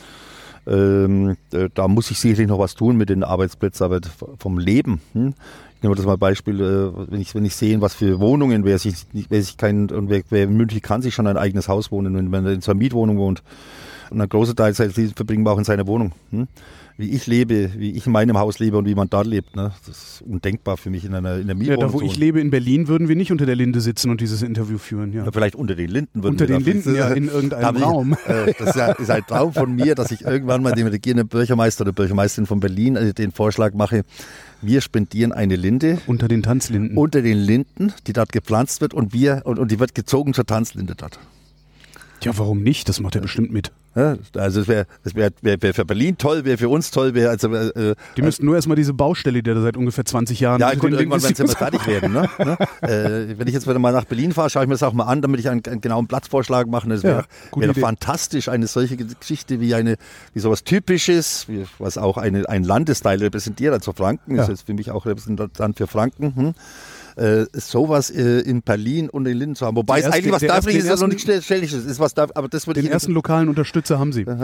B: Da muss ich sicherlich noch was tun mit den Arbeitsplätzen, aber vom Leben. Ich nehme das mal Beispiel, wenn ich sehe, was für Wohnungen, wer in München kann sich schon ein eigenes Haus wohnen, wenn man in so einer Mietwohnung wohnt. Und ein großer Teil seines Lebens verbringen wir auch in seiner Wohnung. Wie ich lebe, wie ich in meinem Haus lebe und wie man da lebt. Ne? Das ist undenkbar für mich in der Mietwohnung.
A: Ja, da wo ich lebe in Berlin, würden wir nicht unter der Linde sitzen und dieses Interview führen. Ja.
B: Ja, vielleicht unter den Linden.
A: Unter den Linden, ja, in irgendeinem Raum.
B: Das ist ein Traum von mir, dass ich irgendwann mal dem regierenden Bürgermeister oder Bürgermeisterin von Berlin den Vorschlag mache, wir spendieren eine Linde.
A: Unter den Tanzlinden.
B: Unter den Linden, die dort gepflanzt wird und die wird gezogen zur Tanzlinde dort.
A: Ja, warum nicht? Das macht er bestimmt mit.
B: Ja, also es wär für Berlin toll, wäre für uns toll.
A: Die müssten nur erstmal diese Baustelle, die da seit ungefähr 20 Jahren...
B: Ja, gut, irgendwann werden sie immer fertig werden. Ne? Wenn ich jetzt wieder mal nach Berlin fahre, schaue ich mir das auch mal an, damit ich einen genauen Platzvorschlag mache. Das wäre doch fantastisch, eine solche Geschichte wie sowas Typisches, was auch ein Landesteil repräsentiert, also Franken, ist jetzt für mich auch Repräsentant für Franken. Sowas in Berlin und in Linden zu haben. Wobei es eigentlich was dafür ist, noch nicht stellig ist. Aber das würde
A: den ersten lokalen Unterstützer haben Sie.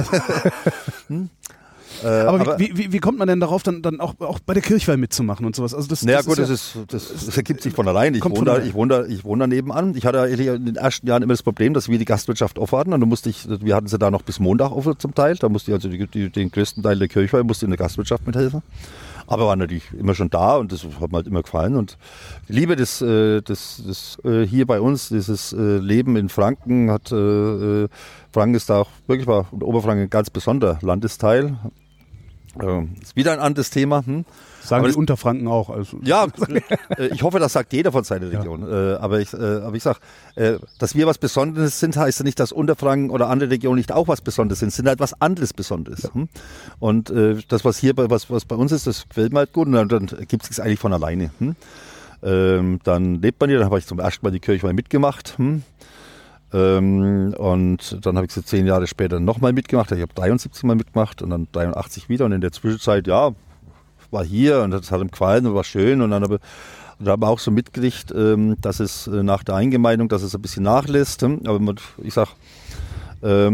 A: Aber wie kommt man denn darauf, dann auch bei der Kirchweih mitzumachen und sowas? Also das
B: ergibt sich von allein. Ich wohne da nebenan. Ich hatte in den ersten Jahren immer das Problem, dass wir die Gastwirtschaft aufhatten. Und wir hatten sie da noch bis Montag offen zum Teil. Da musste ich also den größten Teil der Kirchweih in der Gastwirtschaft mithelfen. Aber war natürlich immer schon da und das hat mir halt immer gefallen. Und die Liebe des hier bei uns, dieses Leben in Franken Franken ist da auch wirklich und Oberfranken ein ganz besonderer Landesteil. Ist wieder ein anderes Thema.
A: Sagen die Unterfranken auch. Also.
B: Ja, ich hoffe, das sagt jeder von seiner Region. Ja. Aber ich sage, dass wir was Besonderes sind, heißt ja nicht, dass Unterfranken oder andere Regionen nicht auch was Besonderes sind halt was anderes Besonderes. Ja. Und das, was hier was bei uns ist, das gefällt mir halt gut und dann gibt es sich eigentlich von alleine. Dann lebt man hier, dann habe ich zum ersten Mal die Kirchweih mitgemacht. Und dann habe ich so 10 Jahre später nochmal mitgemacht. Ich habe 73 Mal mitgemacht und dann 83 wieder. Und in der Zwischenzeit, war hier und das hat ihm gefallen und war schön. Und dann haben wir auch so mitgekriegt, dass es nach der Eingemeindung, dass es ein bisschen nachlässt. Aber ich sag, der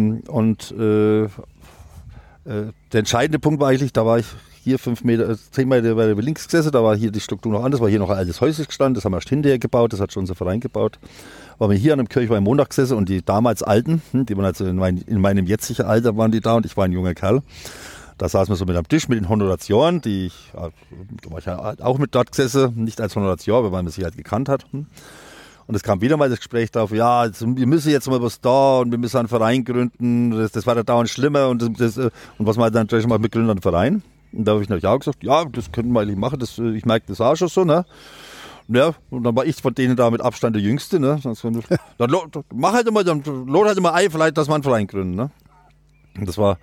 B: entscheidende Punkt war eigentlich, da war ich hier 10 Meter weiter links gesessen, da war hier die Struktur noch anders, war hier noch ein altes Häuschen gestanden, das haben wir erst hinterher gebaut, das hat schon unser Verein gebaut. Waren wir hier an einem Kirchweih am Montag gesessen und die damals Alten, die waren also in meinem jetzigen Alter waren die da und ich war ein junger Kerl. Da saßen wir so mit am Tisch mit den Honoratioren, da war ich ja auch mit dort gesessen, nicht als Honorateur, weil man sich halt gekannt hat. Und es kam wieder mal das Gespräch darauf, wir müssen jetzt mal was da und wir müssen einen Verein gründen, das war da dauernd schlimmer und was man dann natürlich mal mit gründen, einen Verein. Und da habe ich natürlich auch gesagt, das könnten wir eigentlich machen, ich merke das auch schon so, ne? Ja, und dann war ich von denen da mit Abstand der Jüngste, ne? Dann mach halt immer, dann lohnt halt immer ein, vielleicht, dass wir einen Verein gründen, ne? Und das war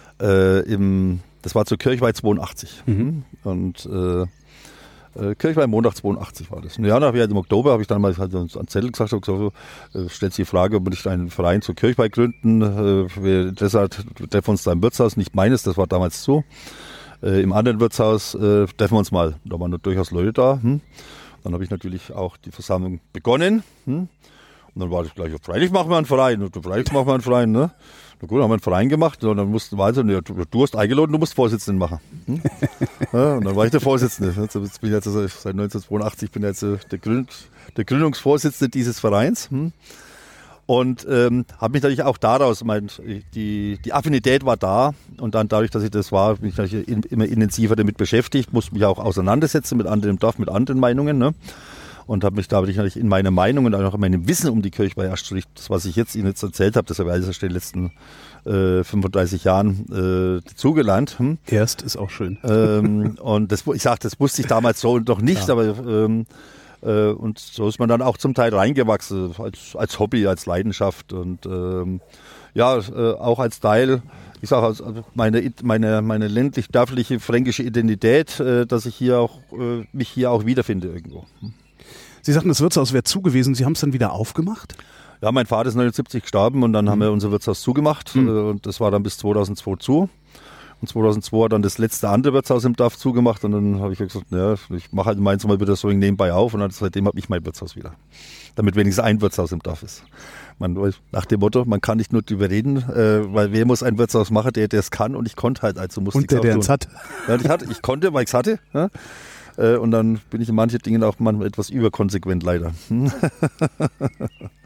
B: zur Kirchweih 82. Und Kirchweih Montag 82 war das. Und ja, im Oktober habe ich dann mal halt an Zettel gesagt, stellt sich die Frage, ob wir nicht einen Verein zur Kirchweih gründen. Deshalb treffen wir uns da im Wirtshaus, nicht meines, das war damals so. Im anderen Wirtshaus treffen wir uns mal. Da waren durchaus Leute da. Dann habe ich natürlich auch die Versammlung begonnen. Und dann war das gleich, freilich machen wir einen Verein. Ne? Na gut, haben wir einen Verein gemacht und dann mussten wir also, du hast eingeladen, du musst Vorsitzenden machen. Ja, und dann war ich der Vorsitzende. Jetzt bin ich seit 1982 bin jetzt der Gründungsvorsitzende dieses Vereins. Und habe mich natürlich auch daraus, die Affinität war da und dann dadurch, dass ich das war, bin ich natürlich immer intensiver damit beschäftigt, musste mich auch auseinandersetzen mit anderen im Dorf, mit anderen Meinungen, ne? Und habe mich da natürlich in meiner Meinung und auch in meinem Wissen um die Kirchweih erst, das was ich Ihnen jetzt erzählt habe, das habe ich alles in den letzten 35 Jahren dazugelernt.
A: Erst ist auch schön.
B: Und das wusste ich damals so noch nicht, aber und so ist man dann auch zum Teil reingewachsen, als Hobby, als Leidenschaft und auch als Teil, ich sage also meine ländlich-dörfliche fränkische Identität, dass ich mich hier auch wiederfinde irgendwo.
A: Sie sagten, das Wirtshaus wäre zu gewesen, Sie haben es dann wieder aufgemacht?
B: Ja, mein Vater ist 1979 gestorben und dann haben wir unser Wirtshaus zugemacht und das war dann bis 2002 zu. Und 2002 hat dann das letzte andere Wirtshaus im Dorf zugemacht und dann habe ich gesagt, ich mache halt meins mal wieder so nebenbei auf und dann, seitdem habe ich mein Wirtshaus wieder. Damit wenigstens ein Wirtshaus im Dorf ist. Nach dem Motto, man kann nicht nur drüber reden, weil wer muss ein Wirtshaus machen, der es kann und ich konnte halt, also musste ich es auch tun. Und der es hat. Ja, ich konnte, weil ich es hatte. Ja? Und dann bin ich in manchen Dingen auch manchmal etwas überkonsequent leider.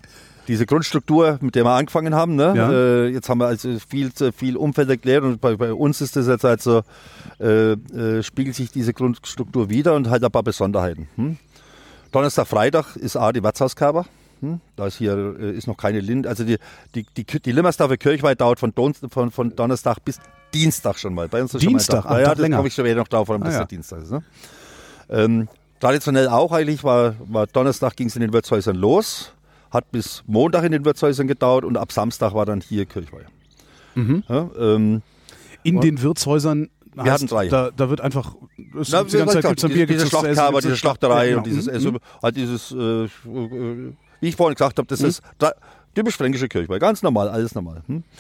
B: diese Grundstruktur, mit der wir angefangen haben, ne?
A: Ja.
B: Jetzt haben wir also viel Umfeld erklärt und bei uns ist das jetzt halt so, spiegelt sich diese Grundstruktur wieder und halt ein paar Besonderheiten. Donnerstag, Freitag ist die Wirtshauskerber. Da ist hier ist noch keine Linde. Also die Limmersdorfer Kirchweih dauert von Donnerstag bis Dienstag schon mal. Bei uns ist
A: Dienstag?
B: schon mal ja, das komme ich später noch drauf, warum das der Dienstag ist. Ne? Traditionell auch eigentlich war Donnerstag ging es in den Wirtshäusern los, hat bis Montag in den Wirtshäusern gedauert und ab Samstag war dann hier Kirchweih. Ja,
A: in den Wirtshäusern
B: wir hatten 3.
A: Da wird einfach die ganze Zeit gibt's ein Bier,
B: diese Schlachtkerber, diese Schlachterei
A: ja,
B: und dieses Essen, halt dieses, wie ich vorhin gesagt habe, das ist typisch fränkische Kirchweih, ganz normal, alles normal.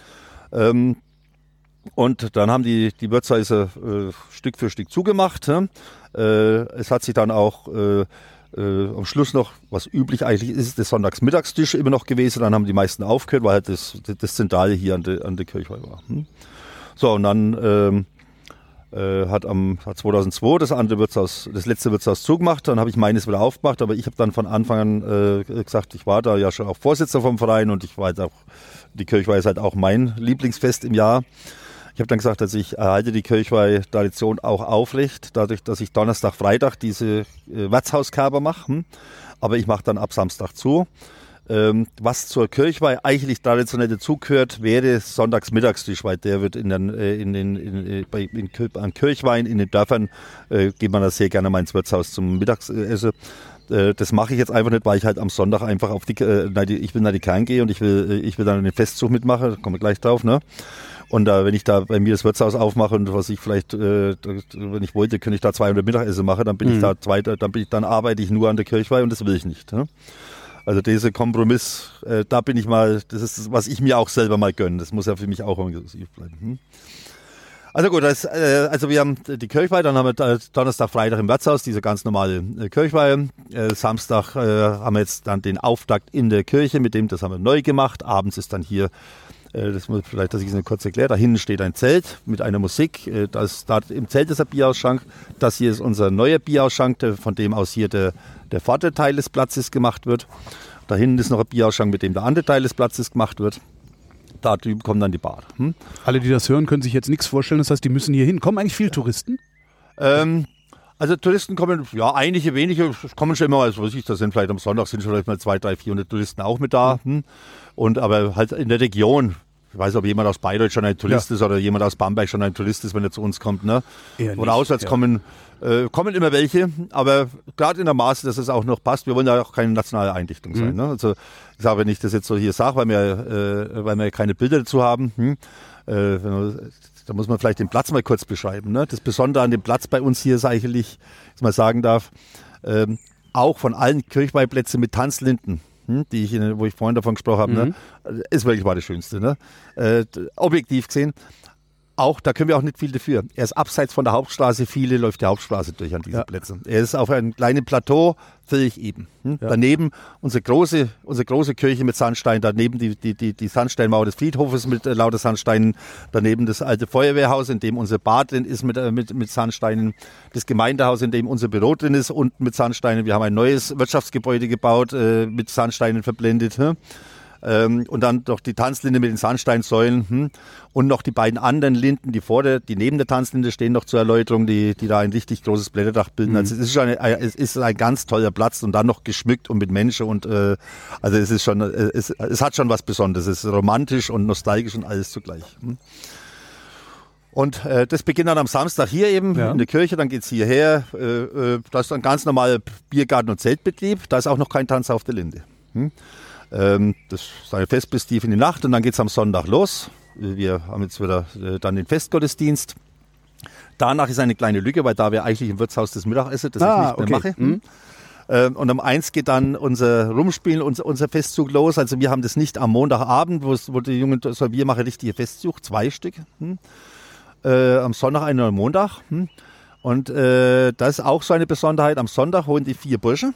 B: Und dann haben die Wirtshäuser Stück für Stück zugemacht. Es hat sich dann auch am Schluss noch, was üblich eigentlich ist, der Sonntagsmittagstisch immer noch gewesen. Dann haben die meisten aufgehört, weil halt das Zentrale hier an der Kirchweih war. So, und dann hat 2002 das letzte Wirtshaus zugemacht. Dann habe ich meines wieder aufgemacht, aber ich habe dann von Anfang an gesagt, ich war da ja schon auch Vorsitzender vom Verein und ich war jetzt auch, die Kirchweih ist halt auch mein Lieblingsfest im Jahr. Ich habe dann gesagt, dass ich erhalte die Kirchweih-Tradition auch aufrecht, dadurch, dass ich Donnerstag, Freitag diese Wirtshauskerber mache. Aber ich mache dann ab Samstag zu. Was zur Kirchweih eigentlich traditionell dazugehört, wäre Sonntagsmittagstisch, weil der wird an Kirchweih in den Dörfern, geht man da sehr gerne mal ins Wirtshaus zum Mittagessen. Das mache ich jetzt einfach nicht, weil ich halt am Sonntag einfach ich will nach die Kern gehen und ich will dann den Festzug mitmachen, da kommen wir gleich drauf, ne? Und wenn ich da bei mir das Wirtshaus aufmache und was ich vielleicht, wenn ich wollte, könnte ich da 200 Mittagessen machen, dann bin ich dann arbeite ich nur an der Kirchweih und das will ich nicht. Ne? Also dieser Kompromiss, da bin ich mal, das ist das, was ich mir auch selber mal gönne. Das muss ja für mich auch inklusiv bleiben. Also gut, also wir haben die Kirchweih, dann haben wir Donnerstag, Freitag im Wirtshaus, diese ganz normale Kirchweih. Samstag haben wir jetzt dann den Auftakt in der Kirche, das haben wir neu gemacht. Abends ist dann hier, dass ich es kurz erkläre, da hinten steht ein Zelt mit einer Musik. Da im Zelt ist ein Bierausschank. Das hier ist unser neuer Bierausschank, von dem aus hier der Vorderteil des Platzes gemacht wird. Da hinten ist noch ein Bierausschank, mit dem der andere Teil des Platzes gemacht wird. Da drüben kommen dann die Bar.
A: Alle, die das hören, können sich jetzt nichts vorstellen. Das heißt, die müssen hier hin. Kommen eigentlich viele Touristen?
B: Also Touristen kommen, ja, einige, wenige, kommen schon immer, also was ich, da sind vielleicht am Sonntag sind schon vielleicht mal 200, 300, 400 Touristen auch mit da. Und aber halt in der Region, ich weiß nicht, ob jemand aus Bayreuth schon ein Tourist ist oder jemand aus Bamberg schon ein Tourist ist, wenn er zu uns kommt. Ne? Oder auswärts kommen immer welche, aber gerade in der Maße, dass es auch noch passt. Wir wollen ja auch keine nationale Eindichtung sein. Ne? Also ich sage, wenn ich das jetzt so hier sage, weil wir keine Bilder dazu haben, da muss man vielleicht den Platz mal kurz beschreiben. Ne? Das Besondere an dem Platz bei uns hier ist eigentlich, dass man sagen darf, auch von allen Kirchweihplätzen mit Tanzlinden, wo ich vorhin davon gesprochen habe, ne, ist wirklich mal das Schönste. Ne? Objektiv gesehen. Auch, da können wir auch nicht viel dafür. Er ist abseits von der Hauptstraße, läuft die Hauptstraße durch an diese Plätze. Er ist auf einem kleinen Plateau, völlig eben. Ja. Daneben unsere große Kirche mit Sandstein, daneben die Sandsteinmauer des Friedhofes mit lauter Sandsteinen, daneben das alte Feuerwehrhaus, in dem unser Bad drin ist mit Sandsteinen, das Gemeindehaus, in dem unser Büro drin ist, unten mit Sandsteinen. Wir haben ein neues Wirtschaftsgebäude gebaut, mit Sandsteinen verblendet. Und dann noch die Tanzlinde mit den Sandsteinsäulen und noch die beiden anderen Linden, die neben der Tanzlinde stehen, noch zur Erläuterung, die da ein richtig großes Blätterdach bilden. Also es ist ein ganz toller Platz und dann noch geschmückt und mit Menschen und also es hat schon was Besonderes. Es ist romantisch und nostalgisch und alles zugleich. Und das beginnt dann am Samstag hier eben in der Kirche, dann geht's hierher. Da ist ein ganz normaler Biergarten- und Zeltbetrieb, da ist auch noch kein Tanz auf der Linde. Das ist ein Fest bis tief in die Nacht und dann geht es am Sonntag los. Wir haben jetzt wieder dann den Festgottesdienst. Danach ist eine kleine Lücke, weil da wir eigentlich im Wirtshaus das Mittagessen, das ich nicht mehr mache. Und um 1 geht dann unser Rumspielen, unser Festzug los. Also wir haben das nicht am Montagabend, wo die Jungen, wir machen richtige Festzug, 2 Stück. Am Sonntag einen und am Montag. Und das ist auch so eine Besonderheit. Am Sonntag holen die 4 Bursche.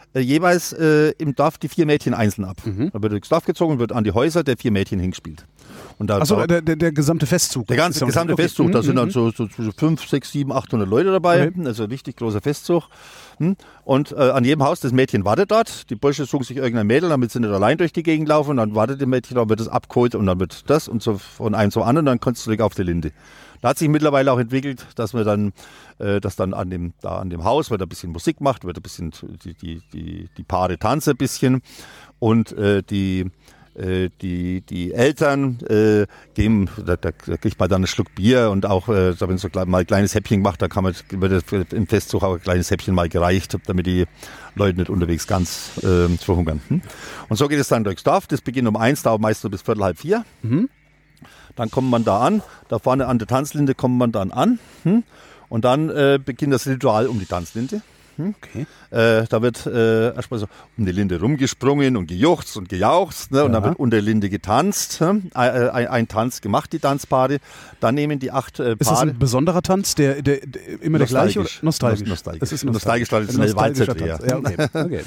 B: Jeweils im Dorf die 4 Mädchen einzeln ab. Da wird durchs Dorf gezogen und wird an die Häuser der 4 Mädchen hingespielt. Und da,
A: Achso, der gesamte Festzug.
B: Der gesamte Festzug, da sind dann so zwischen 5, 6, 7, 800 Leute dabei, also ein richtig großer Festzug. Und an jedem Haus, das Mädchen wartet dort, die Bursche suchen sich irgendein Mädel, damit sie nicht allein durch die Gegend laufen, und dann wartet das Mädchen, dann wird es abgeholt und dann wird das und so von einem zum anderen, dann kommt es zurück auf die Linde. Da hat sich mittlerweile auch entwickelt, dass man dann, an dem Haus wird ein bisschen Musik macht, wird ein bisschen die Paare tanzen ein bisschen und die Eltern geben, da kriegt man dann einen Schluck Bier und auch, da wenn so mal ein kleines Häppchen gemacht, da wird im Festzug auch ein kleines Häppchen mal gereicht, damit die Leute nicht unterwegs ganz verhungern. Und so geht es dann durchs Dorf. Das beginnt um 1, dauert meistens bis 3:45. Dann kommt man da an, da vorne an der Tanzlinde kommt man dann an und dann beginnt das Ritual um die Tanzlinde.
A: Okay.
B: Da wird erstmal so um die Linde rumgesprungen und gejuchzt und gejauchzt, ne? Und dann wird unter der Linde getanzt, ein Tanz gemacht, die Tanzpaare. Dann nehmen die 8 Paare. Ist
A: das ein besonderer Tanz, der immer der gleiche? Oder? Nostalgisch.
B: Das ist nostalgisch, traditionell Walzerdreher.
A: Ja, okay.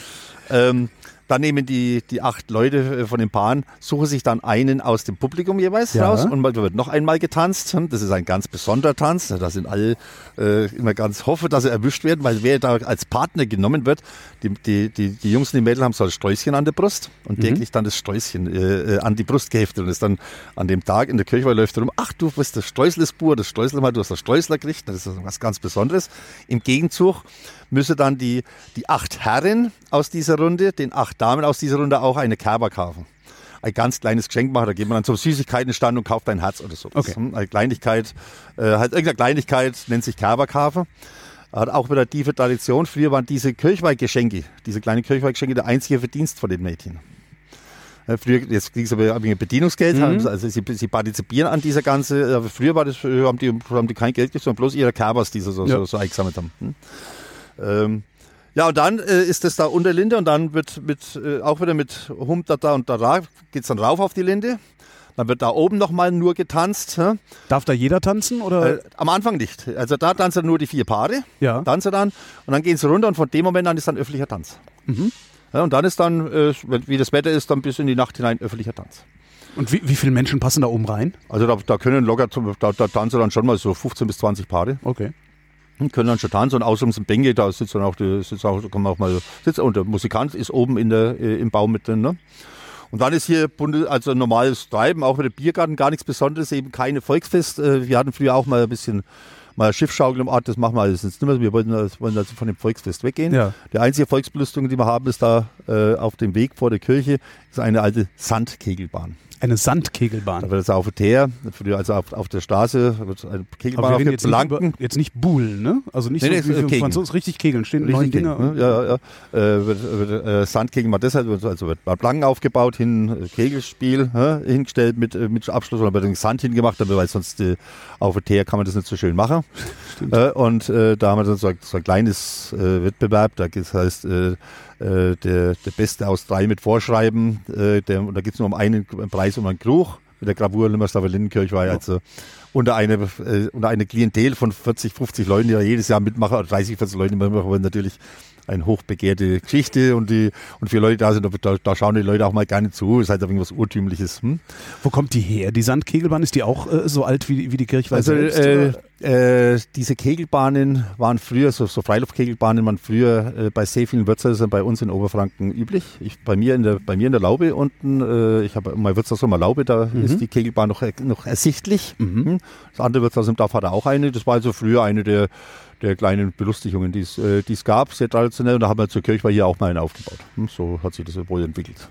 B: Dann nehmen die 8 Leute von den Paaren, suchen sich dann einen aus dem Publikum jeweils raus und da wird noch einmal getanzt. Das ist ein ganz besonderer Tanz. Da sind alle immer ganz hoffen, dass sie erwischt werden, weil wer da als Partner genommen wird, die Jungs und die Mädels haben so ein Sträußchen an der Brust und der kriegt dann das Sträußchen an die Brust geheftet und ist dann an dem Tag in der Kirche, weil läuft rum, ach du bist das Streuselsbur, das Streusel, du hast das Streusler gekriegt, das ist was ganz Besonderes. Im Gegenzug müsse dann die 8 Herren aus dieser Runde, den 8 Damen aus dieser Runde auch eine Kerber kaufen. Ein ganz kleines Geschenk machen, da geht man dann zum Süßigkeitenstand und kauft ein Herz oder so.
A: Okay.
B: Eine Kleinigkeit, halt irgendeine Kleinigkeit, nennt sich Kerberkafe. Hat auch wieder tiefe Tradition. Früher waren diese Kirchweihgeschenke, diese kleinen Kirchweihgeschenke der einzige Verdienst von den Mädchen. Früher, jetzt kriegen sie aber ein Bedienungsgeld, also sie partizipieren an dieser ganzen, früher haben die kein Geld gekriegt, sondern bloß ihre Kerbers, die sie so eingesammelt haben. Ja, und dann ist es da unter Linde und dann wird auch wieder mit Hum, da und da geht es dann rauf auf die Linde. Dann wird da oben nochmal nur getanzt.
A: Darf da jeder tanzen? Oder?
B: Am Anfang nicht. Also da tanzen nur die 4 Paare.
A: Ja.
B: Tanzen dann und dann gehen sie runter und von dem Moment an ist dann öffentlicher Tanz. Ja, und dann ist dann, wie das Wetter ist, dann bis in die Nacht hinein öffentlicher Tanz.
A: Und wie viele Menschen passen da oben rein?
B: Also da können locker, da tanzen dann schon mal so 15 bis 20 Paare.
A: Okay.
B: Können dann schon tanzen und außerdem sind Bänke, da sitzt dann auch, kann man auch mal sitzen und der Musikant ist oben im Baum mit drin. Ne? Und dann ist hier also normales Treiben, auch mit dem Biergarten, gar nichts Besonderes, eben keine Volksfest. Wir hatten früher auch mal ein bisschen Schiffschaukel im Ort, das machen wir alles jetzt nicht mehr. Wir wollen also von dem Volksfest weggehen. Ja. Die einzige Volksbelustigung, die wir haben, ist da auf dem Weg vor der Kirche, ist eine alte Sandkegelbahn.
A: Eine Sandkegelbahn.
B: Da wird es auf der Teer, also auf der Straße, wird eine Kegelbahn auf der Planken.
A: Jetzt nicht Buhlen, ne? Also nicht so wie Franzosen, richtig Kegeln, stehen
B: richtig 9 Dinger. Ne? Ja. Wird Sandkegeln mal deshalb, also wird mal Planken aufgebaut, Kegelspiel hingestellt mit Abschluss, oder wird Sand hingemacht, weil sonst auf der Teer kann man das nicht so schön machen. Und da haben wir dann so ein kleines Wettbewerb, da heißt der Beste aus 3 mit Vorschreiben, und da geht es nur um einen Preis, um einen Krug mit der Gravur Limmersdorfer Lindenkirche war also unter eine Klientel von 40, 50 Leuten, die da jedes Jahr mitmachen, oder 30, 40 Leute mitmachen wollen, natürlich eine hochbegehrte Geschichte und für Leute da sind, da schauen die Leute auch mal gerne zu, ist halt irgendwas Urtümliches.
A: Wo kommt die her, die Sandkegelbahn? Ist die auch so alt wie die Kirchweih selbst?
B: Diese Kegelbahnen waren früher, so Freiluftkegelbahnen waren früher bei sehr vielen Wirtshäusern bei uns in Oberfranken üblich. Bei mir in der Laube unten, ich habe mein Wirtshaus in der Laube, da ist die Kegelbahn noch ersichtlich. Das andere Wirtshaus im Dorf hatte auch eine, das war also früher eine der kleinen Belustigungen, die es gab, sehr traditionell. Und da haben wir zur Kirchweih hier auch mal eine aufgebaut. So hat sich das wohl entwickelt.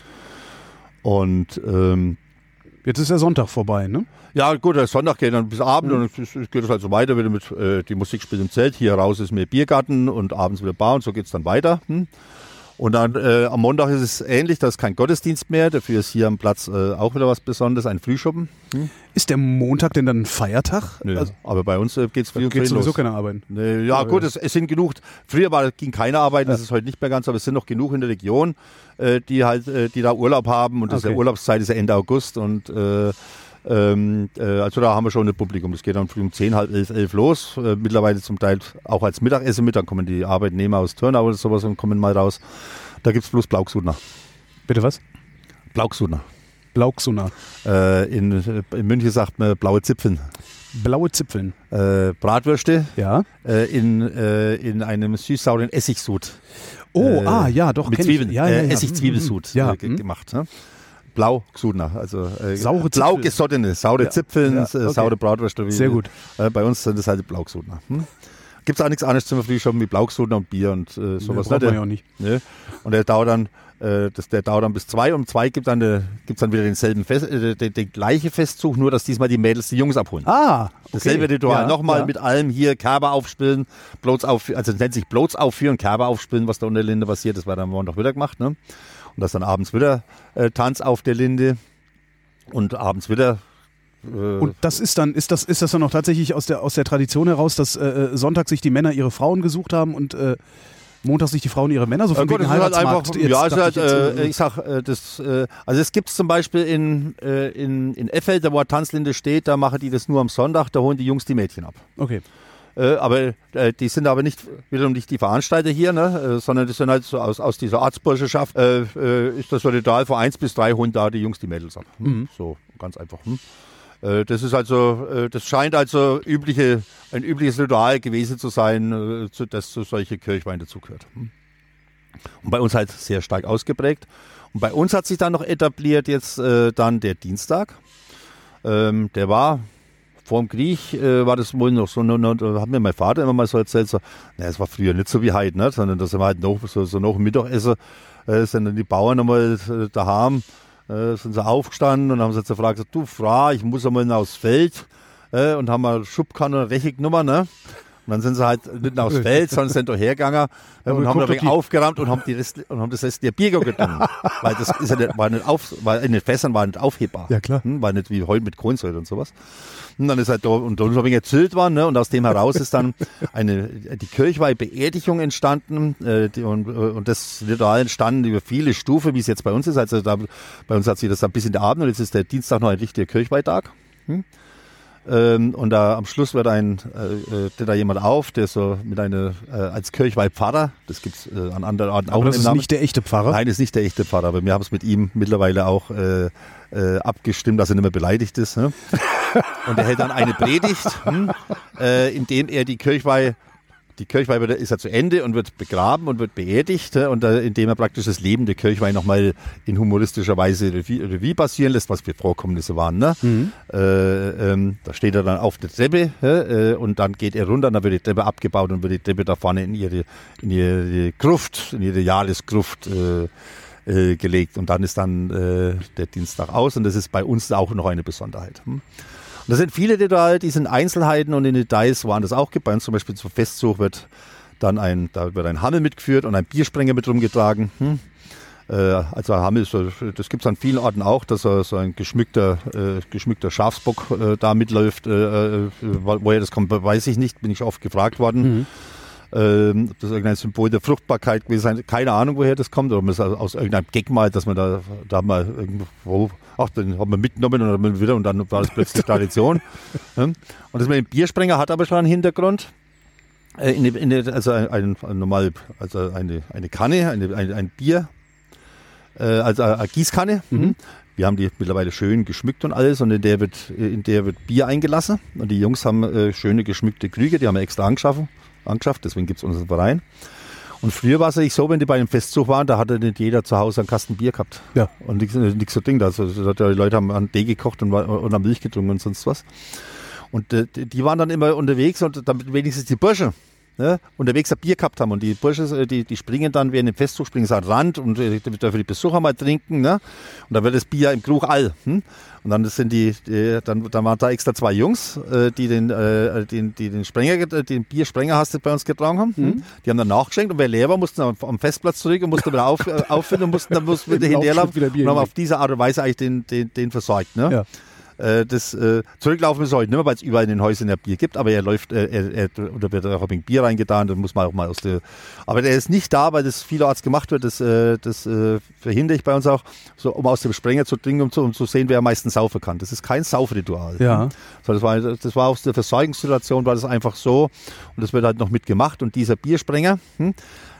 B: Und
A: jetzt ist der Sonntag vorbei, ne?
B: Ja gut, der Sonntag geht dann bis Abend und es geht es halt so weiter wieder mit die Musik spielt im Zelt. Hier raus ist mehr Biergarten und abends wieder Bar und so geht es dann weiter. Und dann am Montag ist es ähnlich, da ist kein Gottesdienst mehr, dafür ist hier am Platz auch wieder was Besonderes, ein Frühschoppen.
A: Ist der Montag denn dann ein Feiertag?
B: Nö, also, aber bei uns geht es früh und
A: geht sowieso keine Arbeiten.
B: Nee, ja gut, es sind genug, früher ging keine Arbeit, das ist heute nicht mehr ganz, aber es sind noch genug in der Region, die da Urlaub haben und das ist ja Urlaubszeit, ist ja Ende August und also da haben wir schon ein Publikum. Das geht dann früh um 10, halb 11, 11 los. Mittlerweile zum Teil auch als Mittagessen mit. Dann kommen die Arbeitnehmer aus Turnau oder sowas und kommen mal raus. Da gibt es bloß Blaugsudner.
A: Bitte was?
B: Blaugsudner.
A: Blauxuna.
B: In München sagt man blaue Zipfeln.
A: Blaue Zipfeln.
B: Bratwürste
A: Ja.
B: In einem süß-sauren Essigsud.
A: Oh, ja, doch.
B: Mit Zwiebeln.
A: Ja.
B: Essig-Zwiebelsud gemacht. Ne? Blau Xudner, also
A: saure
B: blau
A: Zipfel.
B: gesottene, saure Zipfeln, okay. Saure Bratwürste.
A: Sehr gut.
B: Bei uns sind das halt Blau Xudner. Gibt es auch nichts anderes zum Frühschoppen wie Blau Xudner und Bier und sowas.
A: Braucht man ja auch nicht.
B: Ne? Und der dauert dann bis 2. Um 2 gibt's dann wieder den gleiche Festzug, nur dass diesmal die Mädels die Jungs abholen.
A: Okay.
B: Dasselbe Ritual. Nochmal mit allem hier, Kerber aufspülen, Bloats aufführen, also es nennt sich Bloats aufführen, Kerber aufspülen, was da unter der Linde passiert, das war dann Montag wieder gemacht. Ne? Und das dann abends wieder Tanz auf der Linde und abends wieder.
A: Und das ist das dann auch tatsächlich aus der Tradition heraus, dass Sonntag sich die Männer ihre Frauen gesucht haben und Montag sich die Frauen ihre Männer, so von wegen Heiratsmarkt.
B: Also es gibt zum Beispiel in Effeld, da wo eine Tanzlinde steht, da machen die das nur am Sonntag, da holen die Jungs die Mädchen ab.
A: Okay.
B: Aber die sind aber wiederum nicht die Veranstalter hier, ne? Sondern das sind halt so aus dieser Arztburschenschaft, ist das so Ritual von 1 bis 3 holen da die Jungs die Mädels ab. So, ganz einfach. Das ist also, das scheint also ein übliches Ritual gewesen zu sein, das zu solche Kirchweih dazugehört. Und bei uns halt sehr stark ausgeprägt. Und bei uns hat sich dann noch etabliert jetzt dann der Dienstag. Der war vor dem Krieg, war das wohl noch so, hat mir mein Vater immer mal so erzählt, es war früher nicht so wie heute, ne? Sondern das war halt noch so noch Mittagessen, sind dann die Bauern nochmal daheim. Sind sie aufgestanden und haben sie gefragt, du Frau, ich muss einmal aufs Feld und haben mal Schubkanne und Reche genommen, ne? Und dann sind sie halt nicht aufs Feld, sondern sind da hergegangen und haben ein wenig aufgerammt und haben das restliche Bier getrunken. Weil das ist ja weil in den Fässern war nicht aufhebbar.
A: Ja, klar.
B: War nicht wie heute mit Kohlensäure und sowas. Und dann ist halt da und dann ist ein wenig erzählt worden, ne? Und aus dem heraus ist dann die Kirchweihbeerdigung entstanden, und das Ritual entstanden über viele Stufen, wie es jetzt bei uns ist. Also bei uns hat sich das ein bisschen der Abend und jetzt ist der Dienstag noch ein richtiger Kirchweihtag. Und da am Schluss tritt da jemand auf, der so als Kirchweihpfarrer, das gibt's an anderen Orten auch.
A: Aber das ist nicht der echte Pfarrer?
B: Nein, das ist nicht der echte Pfarrer, aber wir haben es mit ihm mittlerweile auch abgestimmt, dass er nicht mehr beleidigt ist. Ne? Und er hält dann eine Predigt, indem er die Kirchweih ist ja zu Ende und wird begraben und wird beerdigt, und indem er praktisch das Leben der Kirchweih nochmal in humoristischer Weise Revue passieren lässt, was für Vorkommnisse waren. Ne? Da steht er dann auf der Treppe, und dann geht er runter, dann wird die Treppe abgebaut und wird die Treppe da vorne in ihre Gruft, in ihre Jahresgruft gelegt, und dann ist dann der Dienstag aus, und das ist bei uns auch noch eine Besonderheit. Und das sind viele Details, die sind Einzelheiten, und in Details waren das auch bei uns. Zum Beispiel zum Festzug wird dann ein Hammel mitgeführt und ein Biersprenger mit rumgetragen. Also ein Hammel, das gibt es an vielen Orten auch, dass so ein geschmückter Schafsbock da mitläuft. Woher das kommt, weiß ich nicht, bin ich oft gefragt worden. Das ist irgendein Symbol der Fruchtbarkeit gewesen. Keine Ahnung, woher das kommt, oder aus irgendeinem Gag mal, dass man da mal irgendwo, den haben wir mitgenommen und dann war das plötzlich Tradition. Und das mit dem Biersprenger hat aber schon einen Hintergrund. Also eine Kanne, ein Bier, also eine Gießkanne. Wir haben die mittlerweile schön geschmückt und alles, und in der wird Bier eingelassen, und die Jungs haben schöne geschmückte Krüge, die haben wir extra angeschafft, deswegen gibt es unseren Verein. Und früher war es eigentlich so, wenn die bei einem Festzug waren, da hatte nicht jeder zu Hause einen Kasten Bier gehabt. Ja. Und nichts so Ding. Also die Leute haben einen Tee gekocht und haben Milch getrunken und sonst was. Und die waren dann immer unterwegs, und damit wenigstens die Bursche, ne, unterwegs ein Bier gehabt haben. Und die Bursche, die springen dann während dem Festzug, springen sie an den Rand, und dürfen die Besucher mal trinken. Ne? Und dann wird das Bier im Krug all. Und dann dann waren da extra 2 Jungs, die den Biersprenger hast du bei uns getragen haben. Die haben dann nachgeschenkt, und wer leer war, mussten am Festplatz zurück und mussten wieder auffüllen und mussten wieder hinterherlaufen und haben auf diese Art und Weise eigentlich den versorgt. Ne? Ja. Zurücklaufen ist heute nicht mehr, weil es überall in den Häusern ja Bier gibt, aber oder wird auch ein Bier reingetan, dann muss man auch mal aber der ist nicht da, weil das vielerorts gemacht wird, das verhindere ich bei uns auch, so, um aus dem Sprenger zu trinken, um zu sehen, wer am meisten saufen kann. Das ist kein Saufritual. Ja. Das war aus der Versorgungssituation, war das einfach so, und das wird halt noch mitgemacht, und dieser Biersprenger,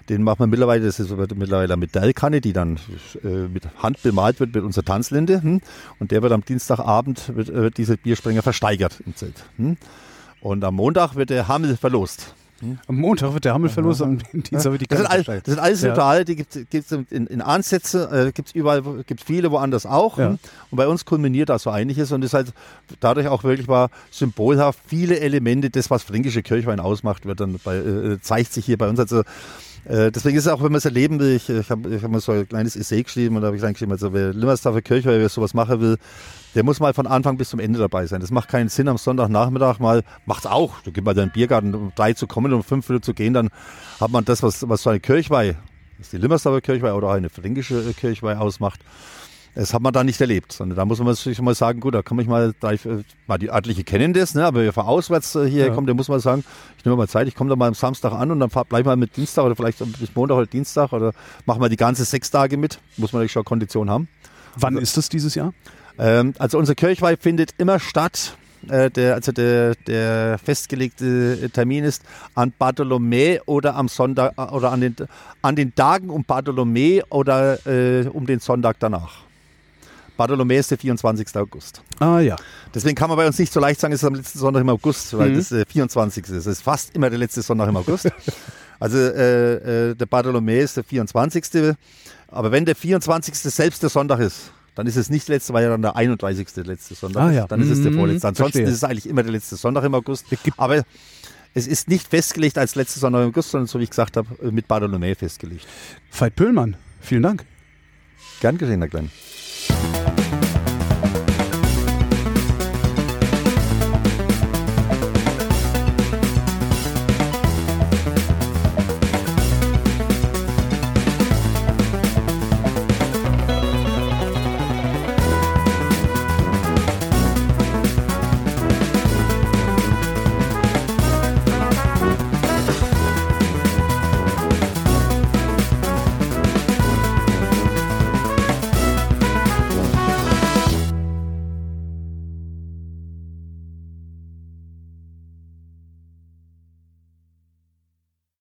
B: Den machen wir mittlerweile, das ist mittlerweile eine Metallkanne, die dann mit Hand bemalt wird mit unserer Tanzlinde. Und der wird am Dienstagabend, wird dieser Biersprenger versteigert im Zelt. Und am Montag wird der Hammel verlost.
A: Am Montag wird der Hammel verlost, am Dienstag wird die Kanne versteigert. Das
B: sind alles Rituale, die gibt es in Ansätze, gibt es überall, gibt viele woanders auch. Ja. Und bei uns kulminiert da so einiges und ist halt dadurch auch wirklich mal symbolhaft. Viele Elemente, das was fränkische Kirchwein ausmacht, wird dann zeigt sich hier bei uns. Also deswegen ist es auch, wenn man es erleben will, ich hab mal so ein kleines Essay geschrieben und da habe ich reingeschrieben, also wer Limmersdorfer Kirchweih, wer sowas machen will, der muss mal von Anfang bis zum Ende dabei sein. Das macht keinen Sinn, am Sonntagnachmittag macht's auch. Da geht man in den Biergarten, um 3 zu kommen und um 5 wieder zu gehen, dann hat man das, was so eine Kirchweih, was die Limmersdorfer Kirchweih oder auch eine fränkische Kirchweih ausmacht, das hat man da nicht erlebt, sondern da muss man sich mal sagen, gut, da kann ich mal die Örtliche kennen das, ne, aber wer von auswärts hierher kommt, der muss mal sagen, ich nehme mal Zeit, ich komme da mal am Samstag an und dann bleib mal mit Dienstag oder vielleicht bis Montag oder Dienstag oder machen wir die ganze 6 Tage mit, muss man natürlich schon Kondition haben.
A: Wann ist das dieses Jahr?
B: Also unser Kirchweih findet immer statt. Der festgelegte Termin ist an Bartholomä oder am Sonntag oder an den Tagen um Bartholomä oder um den Sonntag danach. Bartholomä ist der 24. August.
A: Ah ja.
B: Deswegen kann man bei uns nicht so leicht sagen, es ist am letzten Sonntag im August, weil das 24. ist. Es ist fast immer der letzte Sonntag im August. Also der Bartholomä ist der 24. Aber wenn der 24. selbst der Sonntag ist, dann ist es nicht letzte, weil ja dann der 31. letzte Sonntag ist. Dann ist es der vorletzte. Ansonsten ist es eigentlich immer der letzte Sonntag im August. Aber es ist nicht festgelegt als letzter Sonntag im August, sondern so wie ich gesagt habe, mit Bartholomä festgelegt.
A: Veit Pöhlmann, vielen Dank.
B: Gern geschehen, Herr Klein.